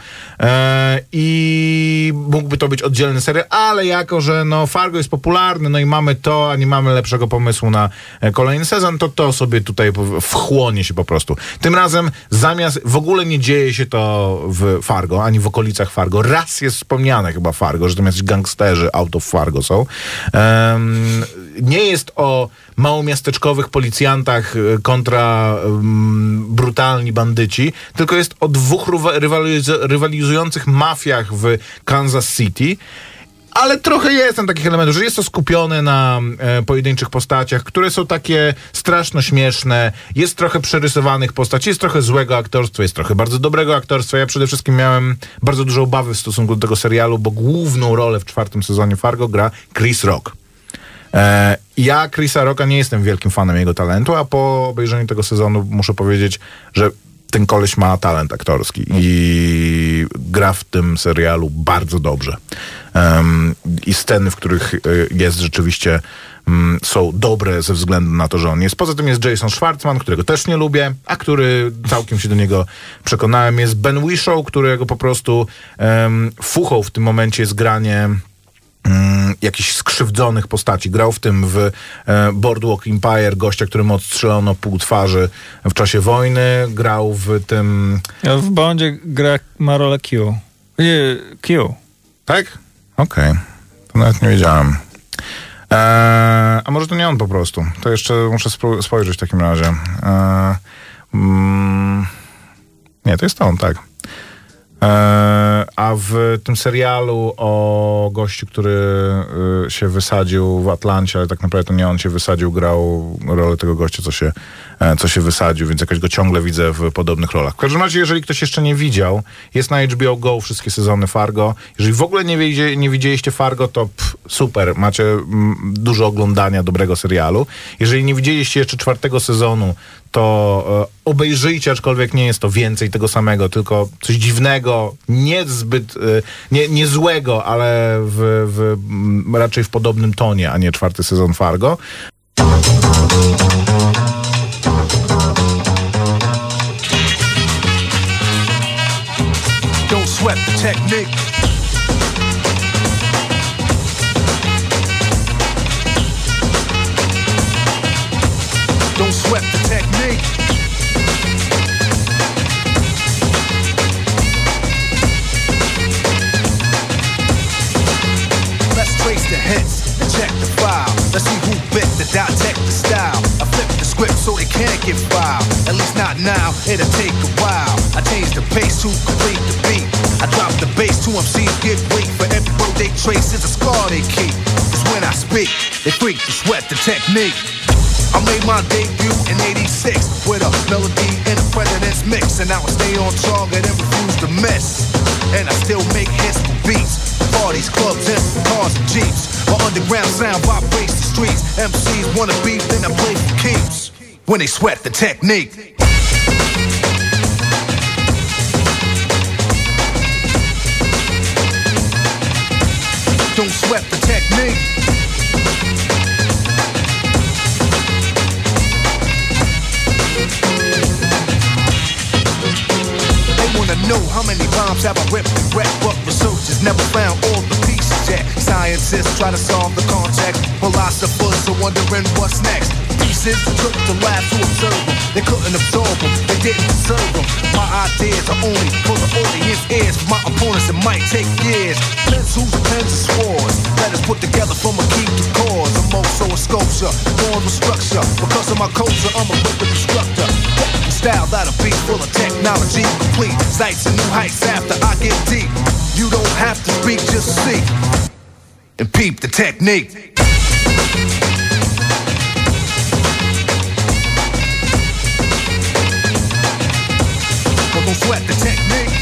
i mógłby to być oddzielny serial, ale jako, że Fargo jest popularny, i mamy to, a nie mamy lepszego pomysłu na kolejny sezon, to sobie tutaj wchłonie się po prostu. Tym razem zamiast, w ogóle nie dzieje się to w Fargo, ani w okolicach Fargo. Raz jest wspomniane chyba Fargo, że tam jacyś gangsterzy out of Fargo są. Nie jest o małomiasteczkowych policjantach kontra brutalni bandyci, tylko jest o dwóch rywalizujących mafiach w Kansas City. Ale trochę jest tam takich elementów, że jest to skupione na pojedynczych postaciach, które są takie straszno śmieszne, jest trochę przerysowanych postaci, jest trochę złego aktorstwa, jest trochę bardzo dobrego aktorstwa. Ja przede wszystkim miałem bardzo dużo obawy w stosunku do tego serialu, bo główną rolę w czwartym sezonie Fargo gra Chris Rock. Ja Chrisa Rocka nie jestem wielkim fanem jego talentu, a po obejrzeniu tego sezonu muszę powiedzieć, że ten koleś ma talent aktorski i gra w tym serialu bardzo dobrze. I sceny, w których jest rzeczywiście są dobre ze względu na to, że on jest. Poza tym jest Jason Schwartzman, którego też nie lubię, a który całkiem się do niego przekonałem. Jest Ben Whishaw, którego po prostu fuchą w tym momencie jest granie jakichś skrzywdzonych postaci. Grał w tym w Boardwalk Empire, gościa, któremu odstrzelono pół twarzy w czasie wojny. Grał w tym... W Bondzie ma rolę Q. Q. Tak? Okej. To nawet nie wiedziałem. A może to nie on po prostu? To jeszcze muszę spojrzeć w takim razie. Nie, to jest on, tak. A w tym serialu o gościu, który się wysadził w Atlancie, ale tak naprawdę to nie on się wysadził, grał rolę tego gościa, co się wysadził, więc jakoś go ciągle widzę w podobnych rolach. W każdym razie, jeżeli ktoś jeszcze nie widział, jest na HBO Go wszystkie sezony Fargo. Jeżeli w ogóle nie widzieliście Fargo, to super, macie dużo oglądania dobrego serialu. Jeżeli nie widzieliście jeszcze czwartego sezonu, to obejrzyjcie, aczkolwiek nie jest to więcej tego samego, tylko coś dziwnego, niezbyt, nie złego, ale raczej w podobnym tonie, a nie czwarty sezon Fargo. Don't sweat the technique. Don't sweat the technique. Let's trace the hits and check the file. Let's see who bit the dissect the style. I flip the script so they can't get filed. At least not now, it'll take a while. I change the pace to complete the beat. I drop the bass to MCs get weak. For every word they trace is a scar they keep. Cause when I speak, they freak to sweat the technique. I made my debut in '86 with a melody and a president's mix, and now I stay on target and refuse to miss. And I still make hits for beats, parties, clubs, and cars and jeeps. My underground sound vibrates the streets. MCs wanna beef, then I play for keeps. When they sweat the technique. Don't sweat the technique. They wanna know how many rhymes have I ripped and wrecked, but researchers never found all the pieces yet. Scientists try to solve the context, philosophers are wondering what's next. Pieces took to labs to observe them. They couldn't absorb them, they didn't deserve them. My ideas are only for the audience ears. For my opponents it might take years. Pencils, pens, and swords. Letters put together from a key to cause. I'm also a sculpture, born with structure. Because of my culture, I'm a wicked instructor. Style that'll be full of technology complete. Sights and new heights after I get deep. You don't have to speak, just see and peep the technique. Don't sweat the technique.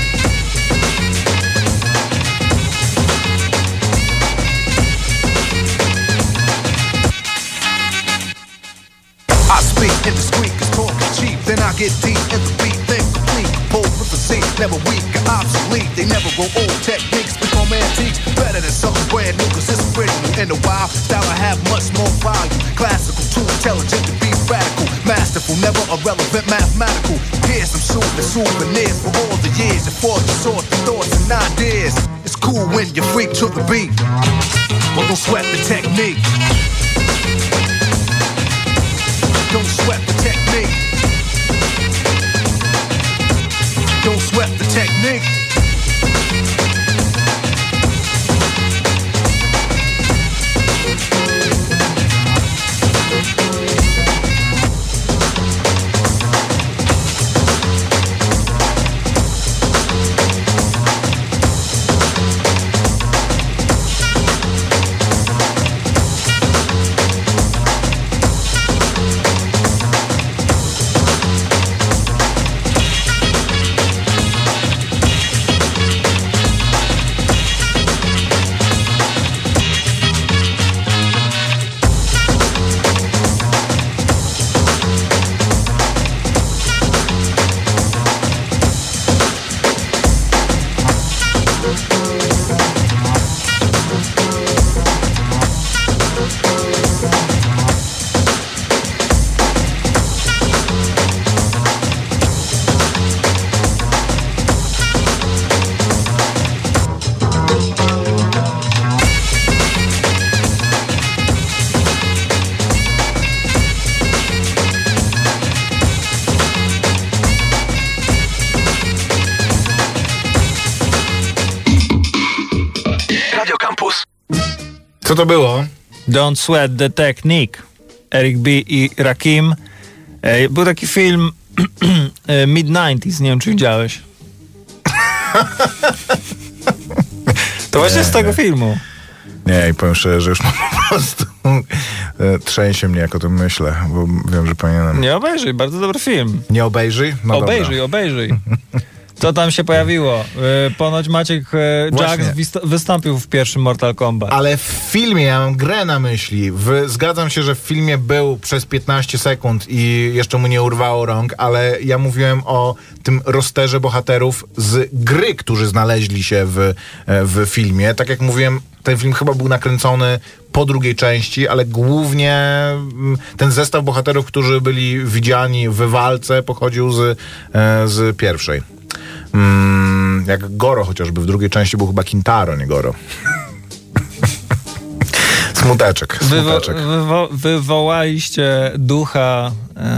I speak indiscreet, cause talk is cheap. Then I get deep in the beat, then complete. Bold with the Z, never weak or obsolete. They never grow old, techniques become antiques. Better than something brand new, cause it's original. In the wild style I have much more value. Classical, too intelligent to be radical. Masterful, never irrelevant, mathematical. Here's some souvenirs for all the years. And for the sort of thoughts and ideas. It's cool when you freak to the beat. Well, don't sweat the technique. Don't sweat the technique. Don't sweat the technique. Co to było? Don't Sweat the Technique. Eric B. i Rakim. Był taki film Mid-90s, nie wiem czy widziałeś. To właśnie z tego filmu. Nie, i powiem szczerze, że już po prostu trzęsie mnie, jak o tym myślę, bo wiem, że powinienem. Nie obejrzyj, bardzo dobry film. Nie obejrzyj? No obejrzyj. Co tam się pojawiło? Ponoć Maciek Jax wystąpił w pierwszym Mortal Kombat. Ale w filmie, ja mam grę na myśli. Zgadzam się, że w filmie był przez 15 sekund i jeszcze mu nie urwało rąk, ale ja mówiłem o tym rosterze bohaterów z gry, którzy znaleźli się w filmie. Tak jak mówiłem, ten film chyba był nakręcony po drugiej części, ale głównie ten zestaw bohaterów, którzy byli widziani w walce, pochodził z pierwszej. Jak Goro chociażby, w drugiej części był chyba Kintaro, nie Goro. Smuteczek. Wywołaliście ducha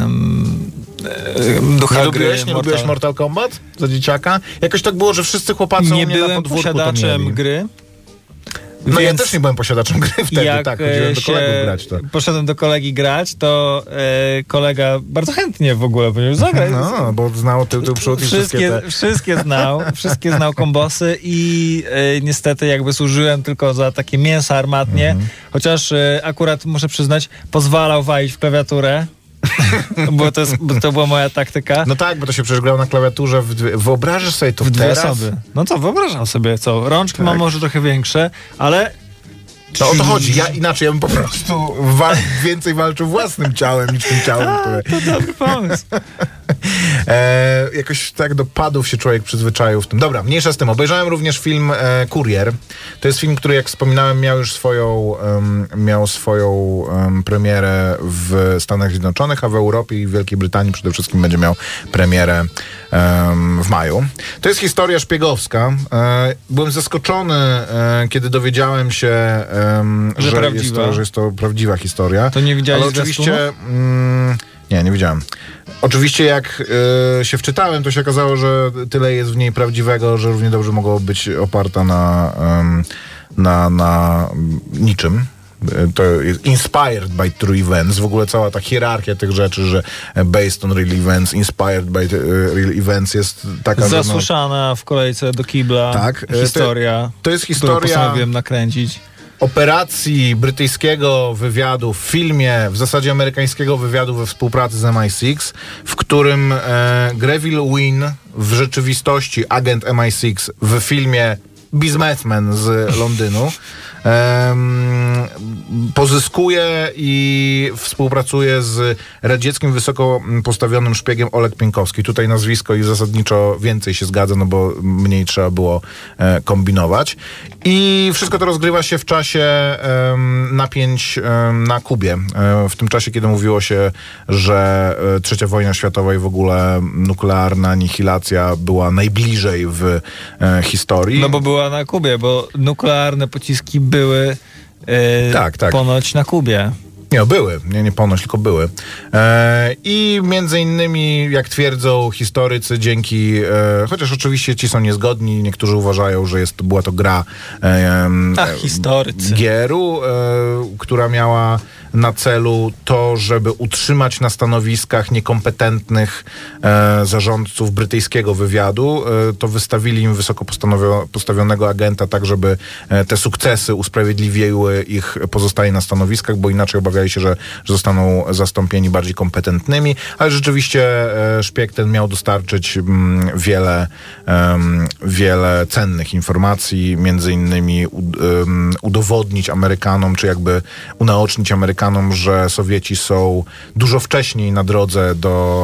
Nie lubiłeś Mortal Kombat za dzieciaka? Jakoś tak było, że wszyscy chłopacy u mnie na podwórku to mieli. Nie byłem posiadaczem gry. No ja też nie byłem posiadaczem gry wtedy, tak, chodziłem do kolegów grać. Poszedłem do kolegi grać, to kolega bardzo chętnie w ogóle powiedział, zagraj. No, bo znał tył przód i wszystkie znał kombosy i niestety jakby służyłem tylko za takie mięsa armatnie, chociaż akurat muszę przyznać, pozwalał walić w klawiaturę. Bo to była moja taktyka. No tak, bo to się przecież grało na klawiaturze. Wyobrażasz sobie to w dwie teraz? osoby. No co, wyobrażam sobie, co? Rączki tak. Mam może trochę większe, ale... No o to chodzi. Ja bym po prostu więcej walczył własnym ciałem niż tym ciałem, które... To dobry pomysł. Jakoś tak do padów się człowiek przyzwyczaił w tym. Dobra, mniejsza z tym. Obejrzałem również film Kurier. To jest film, który, jak wspominałem, miał już swoją premierę w Stanach Zjednoczonych, a w Europie i w Wielkiej Brytanii przede wszystkim będzie miał premierę w maju. To jest historia szpiegowska. Byłem zaskoczony, kiedy dowiedziałem się, że jest to prawdziwa historia. To nie widziałeś ale oczywiście nie widziałem. Oczywiście jak się wczytałem, to się okazało, że tyle jest w niej prawdziwego, że równie dobrze mogło być oparta na niczym. To jest inspired by true events. W ogóle cała ta hierarchia tych rzeczy, że based on real events, inspired by real events jest taka... Zasłyszana w kolejce do kibla. Tak. Historia. To jest którą historia... postanowiłem nakręcić. Operacji brytyjskiego wywiadu w filmie, w zasadzie amerykańskiego wywiadu we współpracy z MI6, w którym Greville Wynn, w rzeczywistości agent MI6, w filmie Businessman z Londynu, pozyskuje i współpracuje z radzieckim wysoko postawionym szpiegiem Oleg Pienkowski. Tutaj nazwisko i zasadniczo więcej się zgadza, no bo mniej trzeba było kombinować. I wszystko to rozgrywa się w czasie napięć na Kubie. W tym czasie, kiedy mówiło się, że trzecia wojna światowa i w ogóle nuklearna anihilacja była najbliżej w historii. No bo była na Kubie, bo nuklearne pociski były tak. ponoć na Kubie. Nie, były. Nie ponoć, tylko były. I między innymi, jak twierdzą historycy, dzięki, chociaż oczywiście ci są niezgodni, niektórzy uważają, że była to gra historycy. Gieru, która miała na celu to, żeby utrzymać na stanowiskach niekompetentnych zarządców brytyjskiego wywiadu. To wystawili im wysoko postawionego agenta, tak żeby te sukcesy usprawiedliwiły ich pozostanie na stanowiskach, bo inaczej obawiali się, że zostaną zastąpieni bardziej kompetentnymi, ale rzeczywiście szpieg ten miał dostarczyć wiele cennych informacji, między innymi udowodnić Amerykanom, czy jakby unaocznić Amerykanom, że Sowieci są dużo wcześniej na drodze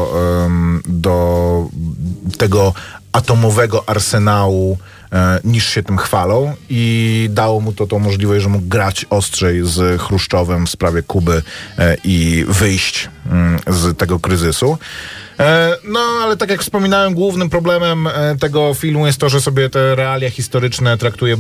do tego atomowego arsenału, niż się tym chwalą, i dało mu to tą możliwość, że mógł grać ostrzej z Chruszczowem w sprawie Kuby i wyjść z tego kryzysu. No, ale tak jak wspominałem, głównym problemem tego filmu jest to, że sobie te realia historyczne traktuje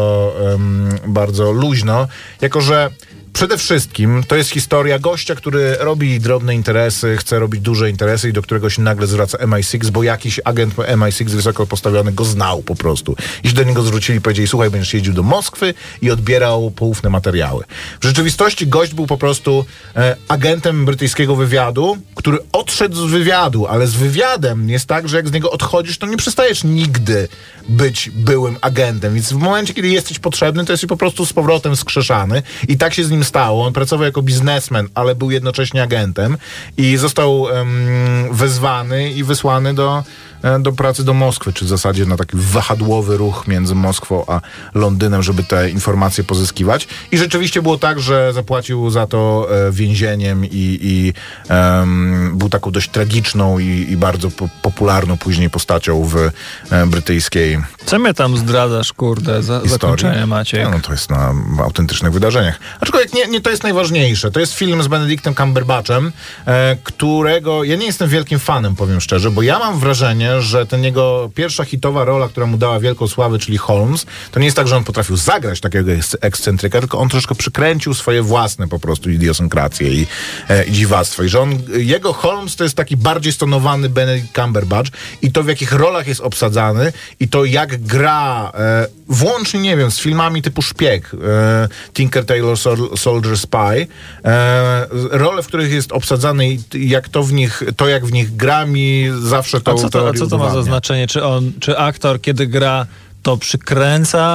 bardzo luźno, jako że przede wszystkim to jest historia gościa, który robi drobne interesy, chce robić duże interesy i do którego się nagle zwraca MI6, bo jakiś agent MI6 wysoko postawiony go znał po prostu. I się do niego zwrócili i powiedzieli: słuchaj, będziesz jeździł do Moskwy i odbierał poufne materiały. W rzeczywistości gość był po prostu agentem brytyjskiego wywiadu, który odszedł z wywiadu, ale z wywiadem jest tak, że jak z niego odchodzisz, to nie przestajesz nigdy być byłym agentem. Więc w momencie, kiedy jesteś potrzebny, to jesteś po prostu z powrotem skrzeszany i tak się z nim stało. On pracował jako biznesmen, ale był jednocześnie agentem i został wezwany i wysłany do pracy do Moskwy, czy w zasadzie na taki wahadłowy ruch między Moskwą a Londynem, żeby te informacje pozyskiwać. I rzeczywiście było tak, że zapłacił za to więzieniem i był taką dość tragiczną i bardzo popularną później postacią w brytyjskiej Co mnie tam zdradzasz, kurde, zakończenie, Maciek? No to jest na autentycznych wydarzeniach. Aczkolwiek nie to jest najważniejsze. To jest film z Benedictem Cumberbatchem, którego ja nie jestem wielkim fanem, powiem szczerze, bo ja mam wrażenie, że ten jego pierwsza hitowa rola, która mu dała wielką sławę, czyli Holmes, to nie jest tak, że on potrafił zagrać takiego ekscentryka, tylko on troszkę przykręcił swoje własne po prostu idiosynkracje i dziwactwo. I że jego Holmes to jest taki bardziej stonowany Benedict Cumberbatch i to, w jakich rolach jest obsadzany i to, jak gra, włącznie, nie wiem, z filmami typu Szpieg, Tinker Tailor Soldier Spy, role, w których jest obsadzany i jak w nich gra, mi zawsze to A co to ma za znaczenie? Czy aktor, kiedy gra, to przykręca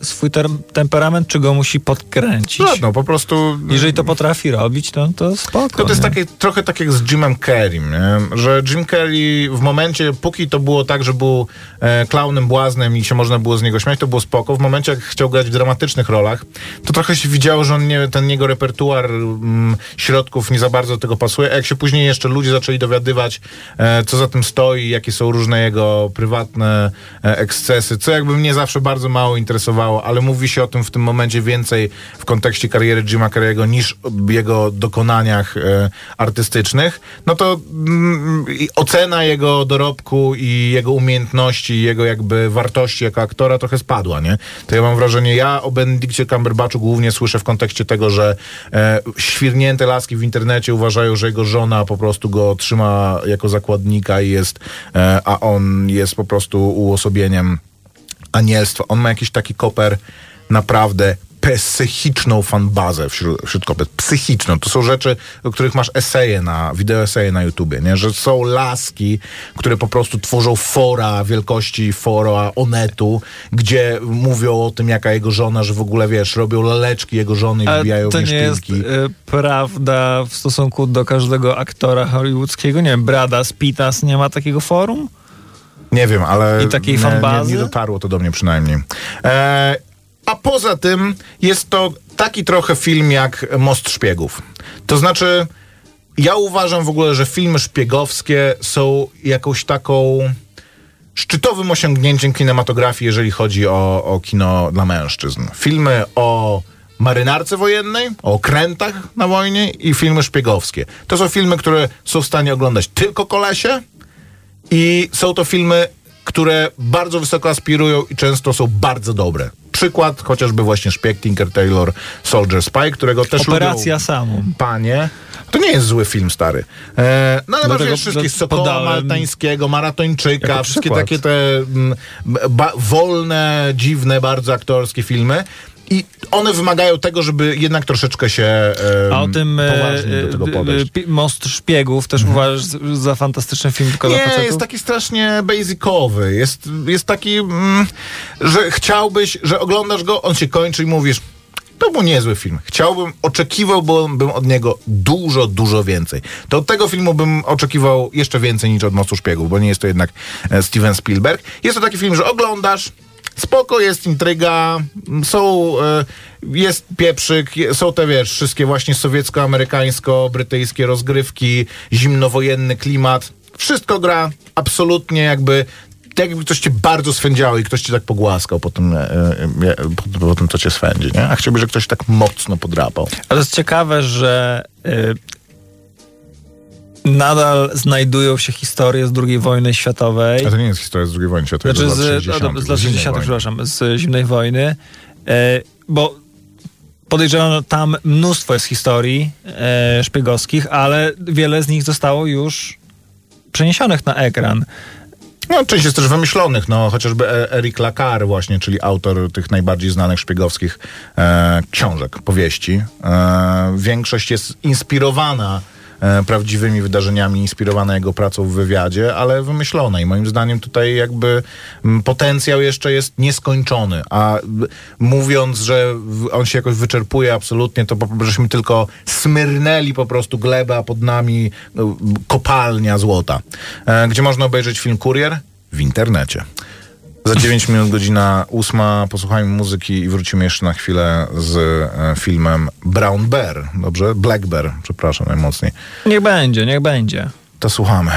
swój temperament, czy go musi podkręcić? No, po prostu... Jeżeli to potrafi robić, to spoko. To jest trochę tak jak z Jimem Carreym, nie? Że Jim Carrey w momencie, póki to było tak, że był klaunem, błaznem i się można było z niego śmiać, to było spoko. W momencie, jak chciał grać w dramatycznych rolach, to trochę się widziało, że ten jego repertuar środków nie za bardzo do tego pasuje. A jak się później jeszcze ludzie zaczęli dowiadywać, co za tym stoi, jakie są różne jego prywatne ekscesy, co jakby mnie zawsze bardzo mało interesowało, ale mówi się o tym w tym momencie więcej w kontekście kariery Jima Carrey'ego niż jego dokonaniach artystycznych, no to ocena jego dorobku i jego umiejętności, i jego jakby wartości jako aktora trochę spadła, nie? To ja mam wrażenie, ja o Benedictie Cumberbatchu głównie słyszę w kontekście tego, że świrnięte laski w internecie uważają, że jego żona po prostu go trzyma jako zakładnika i jest, a on jest po prostu uosobieniem anielstwa. On ma jakiś taki koper naprawdę psychiczną fanbazę wśród kobiet. Psychiczną. To są rzeczy, o których masz wideo eseje na YouTubie, nie? Że są laski, które po prostu tworzą fora wielkości fora Onetu, gdzie mówią o tym, jaka jego żona, że w ogóle, wiesz, robią laleczki jego żony i wbijają w nie szpilki. To nie jest prawda w stosunku do każdego aktora hollywoodzkiego? Nie wiem, Brada Pittas nie ma takiego forum? Nie wiem, ale i takiej fanbazy? Nie dotarło to do mnie przynajmniej. A poza tym jest to taki trochę film jak Most Szpiegów. To znaczy, ja uważam w ogóle, że filmy szpiegowskie są jakąś taką szczytowym osiągnięciem kinematografii, jeżeli chodzi o kino dla mężczyzn. Filmy o marynarce wojennej, o okrętach na wojnie i filmy szpiegowskie. To są filmy, które są w stanie oglądać tylko kolesie i są to filmy, które bardzo wysoko aspirują i często są bardzo dobre. Przykład chociażby właśnie Szpieg, Tinker Tailor, Soldier Spy, którego też Operacja lubią Samum. panie. To nie jest zły film, stary. No ale masz wszystkie Sokoła Maltańskiego, Maratończyka, wszystkie przykład. takie te wolne, dziwne, bardzo aktorskie filmy. I one wymagają tego, żeby jednak troszeczkę się a o tym poważnie do tego podejść. Most Szpiegów też uważasz za fantastyczny film tylko dla facetów? Nie, jest taki strasznie basicowy. Jest taki, że chciałbyś, że oglądasz go, on się kończy i mówisz, to był niezły film. Oczekiwałbym od niego dużo, dużo więcej. To od tego filmu bym oczekiwał jeszcze więcej niż od Mostu Szpiegów, bo nie jest to jednak Steven Spielberg. Jest to taki film, że oglądasz, spoko, jest intryga, jest pieprzyk, są te, wiesz, wszystkie właśnie sowiecko-amerykańsko-brytyjskie rozgrywki, zimnowojenny klimat. Wszystko gra absolutnie jakby ktoś cię bardzo swędział i ktoś cię tak pogłaskał po tym, co cię swędzi, nie? A chciałby, że ktoś tak mocno podrapał. Ale to jest ciekawe, że nadal znajdują się historie z II wojny światowej. A to nie jest historia z II wojny światowej, znaczy z lat 60. Przepraszam, z zimnej wojny, bo podejrzewam, tam mnóstwo jest historii szpiegowskich, ale wiele z nich zostało już przeniesionych na ekran. No, część jest też wymyślonych, no, chociażby Eric Lacar właśnie, czyli autor tych najbardziej znanych szpiegowskich książek, powieści. Większość jest inspirowana prawdziwymi wydarzeniami, inspirowana jego pracą w wywiadzie, ale wymyślona i moim zdaniem tutaj jakby potencjał jeszcze jest nieskończony, a mówiąc, że on się jakoś wyczerpuje absolutnie, to żeśmy tylko smyrnęli po prostu glebę, a pod nami kopalnia złota. Gdzie można obejrzeć film Kurier? W internecie. Za 9 minut, godzina 8. Posłuchajmy muzyki i wrócimy jeszcze na chwilę z filmem Brown Bear. Dobrze? Black Bear, przepraszam najmocniej. Niech będzie. To słuchamy.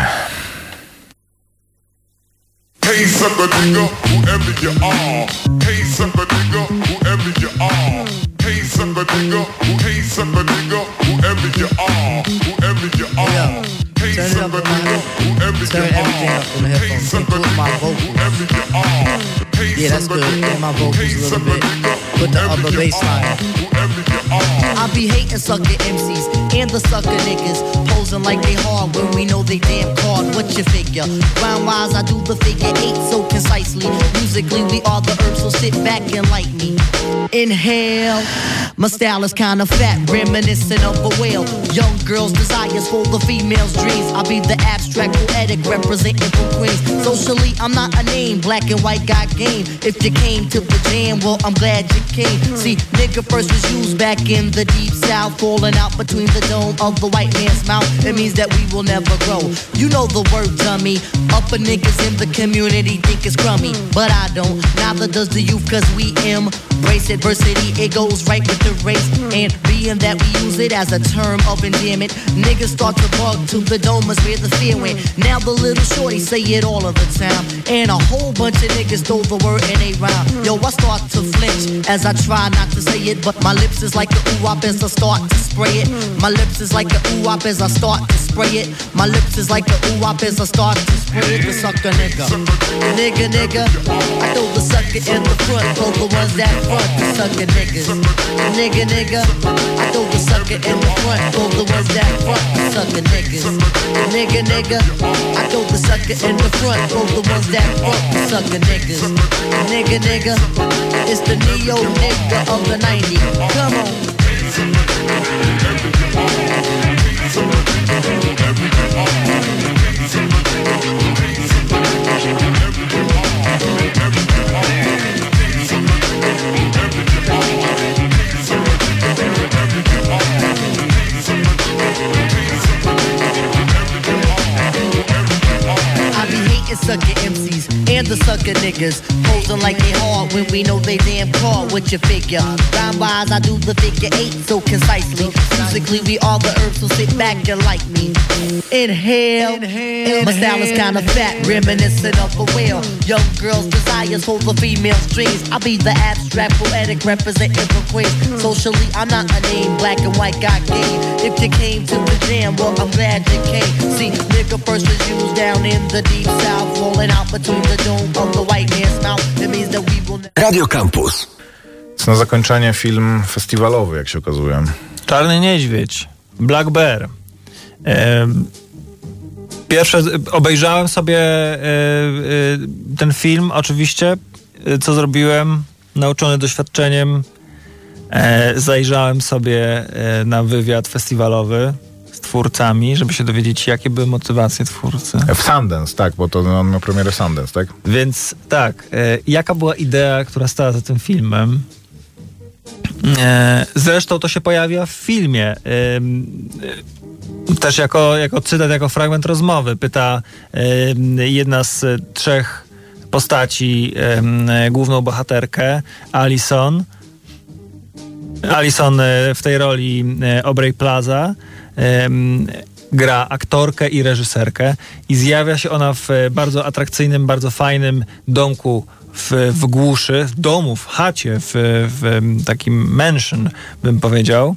Hey sucker nigga, whoever you are. Hey sucker nigga, whoever you are. Hey sucker nigga, whoever you are. Whoever you are. Hey sucker nigga, whoever you are. Hey sucker nigga, whoever you are. Yeah, that's good. And my vocals a little bit. Put the upper bass line. I be hating sucker MCs and the sucker niggas, posing like they hard when we know they damn hard. What you figure? Round wise, I do the figure 8 so concisely. Musically, we are the herbs, so sit back and like me. Inhale. My style is kinda fat, reminiscent of a whale. Young girls' desires for the female's dreams. I'll be the abstract poetic representing for Queens. Socially, I'm not a name, black and white got game. game. If you came to the jam, well, I'm glad you came. See, nigga first was used back in the deep south, falling out between the dome of the white man's mouth. It means that we will never grow. You know the word, dummy. Upper niggas in the community think it's crummy, but I don't. Neither does the youth, cause we embrace adversity. It goes right with the race, and being that we use it as a term of endearment, niggas start to bug to the dome is where the fear went. Now the little shorty say it all of the time, and a whole bunch of niggas stole the word and they rhyme. Yo, I start to flinch as I try not to say it, but my lips is like a ooh-wop as I start to spray it. My lips is like a ooh-wop as I start to spray it. My lips is like a ooh-wop as I start to spray it. The sucker nigga, nigga, I throw the sucker in the front for the ones that front. The sucker niggas, nigga, I throw the sucker in the front for the ones that front. The sucker niggas, nigga, I throw the sucker in the front for the ones that front. The sucker niggas, nigga, it's the neo nigga of the 90s. Come on. Sucker MCs and the sucker niggas posing like they hard when we know they damn caught with your figure. Rhyme wise, I do the figure 8 so concisely. Musically, we all the herbs, so sit back and like me. Inhale. My style is kinda fat, reminiscent of a whale. Young girls' desires hold the female's dreams. I'll be the abstract, poetic representative of Queens. Socially, I'm not a name, black and white got game. If you came to the jam, well, I'm glad you came. See, nigga first was used down in the deep south, rolling out between the dome of the white man's mouth. It means that we will Radio Campus. Na zakończenie film festiwalowy, jak się okazuje. Czarny Niedźwiedź, Black Bear. Pierwsze obejrzałem sobie ten film, oczywiście, co zrobiłem, nauczony doświadczeniem, zajrzałem sobie na wywiad festiwalowy z twórcami, żeby się dowiedzieć, jakie były motywacje twórcy. W Sundance, tak, bo to on miał premierę Sundance, tak? Więc tak, jaka była idea, która stała za tym filmem? Zresztą to się pojawia w filmie. Też jako cytat, jako fragment rozmowy. Pyta jedna z trzech postaci główną bohaterkę, Alison w tej roli Aubrey Plaza gra aktorkę i reżyserkę i zjawia się ona w bardzo atrakcyjnym, bardzo fajnym domku w głuszy, w domu, w chacie, w takim mansion, bym powiedział.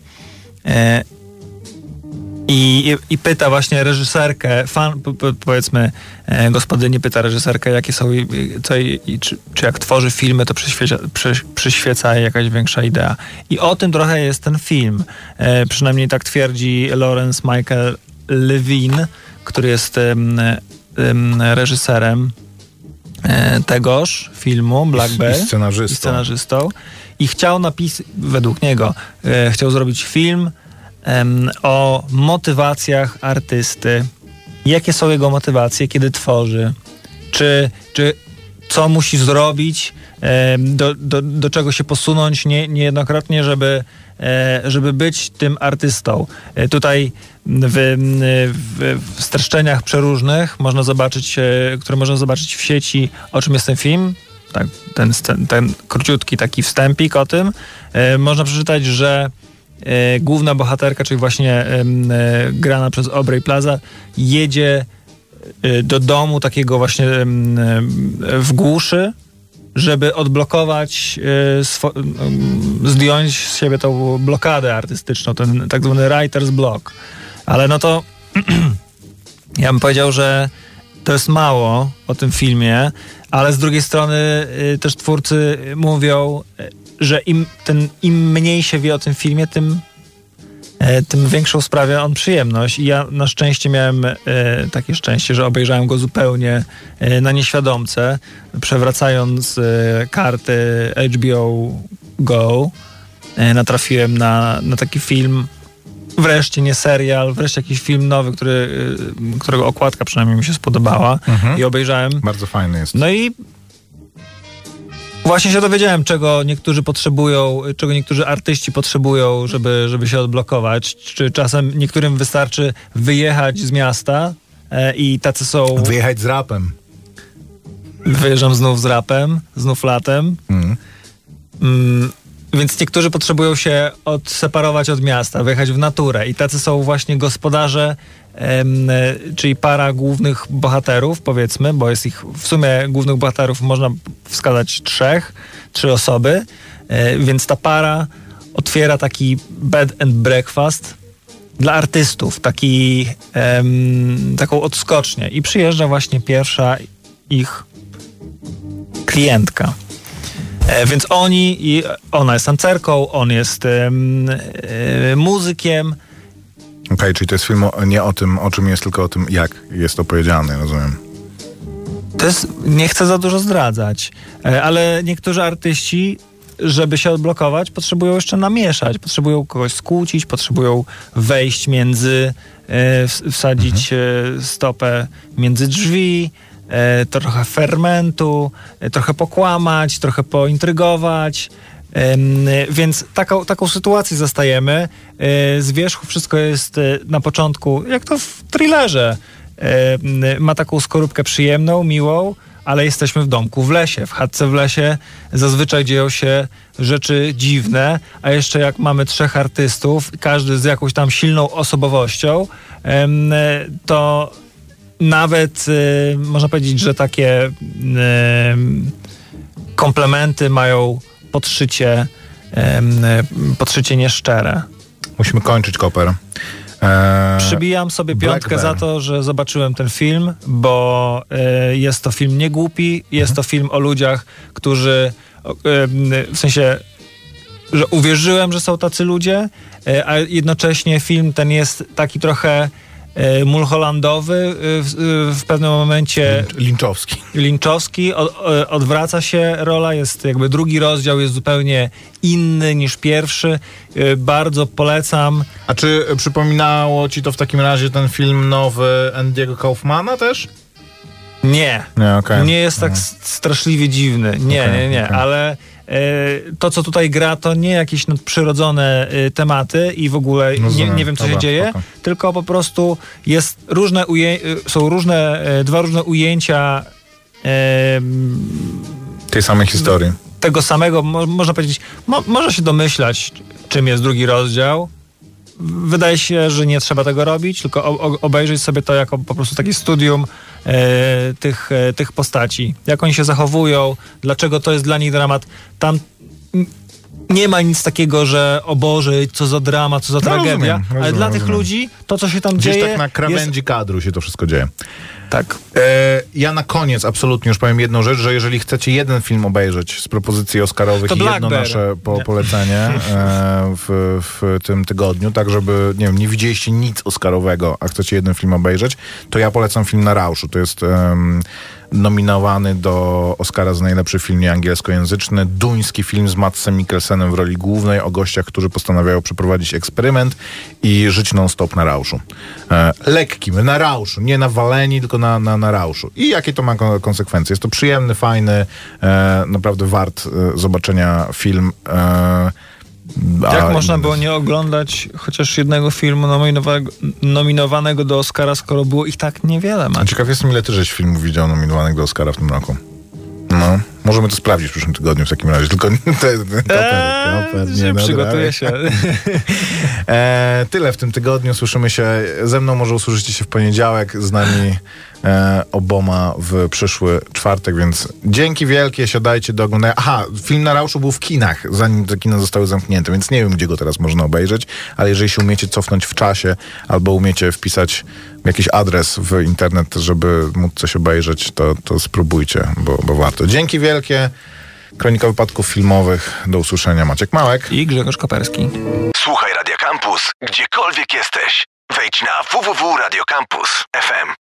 I pyta właśnie reżyserkę, powiedzmy gospodyni pyta reżyserkę, jakie są, czy jak tworzy filmy, to przyświeca jej jakaś większa idea. I o tym trochę jest ten film. Przynajmniej tak twierdzi Lawrence Michael Levine, który jest reżyserem tegoż filmu Black Bear i scenarzystą. I chciał według niego chciał zrobić film o motywacjach artysty. Jakie są jego motywacje, kiedy tworzy? Czy co musi zrobić, do czego się posunąć niejednokrotnie, żeby być tym artystą. Tutaj w streszczeniach przeróżnych można zobaczyć, które można zobaczyć w sieci, o czym jest ten film. Tak, ten króciutki taki wstępik o tym. Można przeczytać, że główna bohaterka, czyli właśnie grana przez Aubrey Plaza, jedzie do domu takiego właśnie w głuszy, żeby odblokować, zdjąć z siebie tą blokadę artystyczną, ten tak zwany writer's block. Ale no to ja bym powiedział, że to jest mało o tym filmie, ale z drugiej strony też twórcy mówią, że im mniej się wie o tym filmie, tym większą sprawia on przyjemność. I ja na szczęście miałem takie szczęście, że obejrzałem go zupełnie na nieświadomce, przewracając karty HBO Go. Natrafiłem na taki film, wreszcie nie serial, wreszcie jakiś film nowy, którego okładka przynajmniej mi się spodobała i obejrzałem. Bardzo fajny jest. No i Właśnie się dowiedziałem, czego niektórzy artyści potrzebują, żeby się odblokować. Czy czasem niektórym wystarczy wyjechać z miasta i tacy są... Wyjechać z rapem. Wyjeżdżam znów z rapem, znów latem. Więc niektórzy potrzebują się odseparować od miasta, wyjechać w naturę i tacy są właśnie gospodarze, czyli para głównych bohaterów, powiedzmy, bo jest ich w sumie głównych bohaterów można wskazać trzy osoby, więc ta para otwiera taki bed and breakfast dla artystów, taką odskocznię i przyjeżdża właśnie pierwsza ich klientka. Więc ona jest tancerką, on jest muzykiem. Okej, czyli to jest film nie o tym, o czym jest, tylko o tym, jak jest opowiedziany, rozumiem. Nie chcę za dużo zdradzać, ale niektórzy artyści, żeby się odblokować, potrzebują jeszcze namieszać, potrzebują kogoś skłócić, potrzebują wejść wsadzić stopę między drzwi, trochę fermentu, trochę pokłamać, trochę pointrygować. Więc taką sytuację zastajemy. Z wierzchu wszystko jest na początku, jak to w thrillerze. Ma taką skorupkę przyjemną, miłą, ale jesteśmy w domku w lesie, w chatce w lesie. Zazwyczaj dzieją się rzeczy dziwne, a jeszcze jak mamy 3 artystów, każdy z jakąś tam silną osobowością, to nawet można powiedzieć, że takie komplementy mają podszycie nieszczere. Musimy kończyć, Koper. Przybijam sobie piątkę za to, że zobaczyłem ten film, bo jest to film niegłupi, jest to film o ludziach, którzy w sensie, że uwierzyłem, że są tacy ludzie, a jednocześnie film ten jest taki trochę mulhollandowy, w pewnym momencie linczowski, odwraca się rola, jest jakby drugi rozdział jest zupełnie inny niż pierwszy, bardzo polecam. A czy przypominało ci to w takim razie ten film nowy Andy'ego Kaufmana też? Nie, okay. Nie jest tak straszliwie dziwny, nie, ale to, co tutaj gra, to nie jakieś nadprzyrodzone tematy i w ogóle nie wiem, co się dzieje, tylko po prostu jest są dwa różne ujęcia tej samej historii. Tego samego, można powiedzieć, można się domyślać, czym jest drugi rozdział. Wydaje się, że nie trzeba tego robić, tylko obejrzeć sobie to jako po prostu takie studium tych postaci. Jak oni się zachowują, dlaczego to jest dla nich dramat. Tam nie ma nic takiego, że o Boże, co za drama, co za tragedia, ale dla tych ludzi to, co się tam gdzieś dzieje... tak na krawędzi kadru się to wszystko dzieje. Tak. Ja na koniec absolutnie już powiem jedną rzecz, że jeżeli chcecie jeden film obejrzeć z propozycji oscarowych i jedno nasze polecenie w tym tygodniu, tak żeby, nie widzieliście nic oscarowego, a chcecie jeden film obejrzeć, to ja polecam film Na rauszu. To jest nominowany do Oscara za najlepszy film nieangielskojęzyczny, duński film z Madsem Mikkelsenem w roli głównej, o gościach, którzy postanawiają przeprowadzić eksperyment i żyć non-stop na rauszu. Lekkim, na rauszu, nie na waleni, tylko na rauszu. I jakie to ma konsekwencje? Jest to przyjemny, fajny, naprawdę wart zobaczenia film. Jak można było nie oglądać chociaż jednego filmu nominowanego do Oscara, skoro było ich tak niewiele? Ciekaw jestem, ile ty żeś filmów widział nominowanych do Oscara w tym roku. No, możemy to sprawdzić w przyszłym tygodniu w takim razie. Tylko nie przygotuję się. Tyle w tym tygodniu. Słyszymy się. Ze mną może usłyszycie się w poniedziałek. Z nami oboma w przyszły czwartek, więc dzięki wielkie. Siadajcie do oglądania. Aha, film Na rauszu był w kinach, zanim te kina zostały zamknięte, więc nie wiem, gdzie go teraz można obejrzeć, ale jeżeli się umiecie cofnąć w czasie albo umiecie wpisać jakiś adres w internet, żeby móc coś obejrzeć, to spróbujcie, bo warto. Dzięki wielkie. Kronika Wypadków Filmowych. Do usłyszenia. Maciek Małek i Grzegorz Koperski. Słuchaj Radio Campus, gdziekolwiek jesteś. Wejdź na www.radiocampus.fm.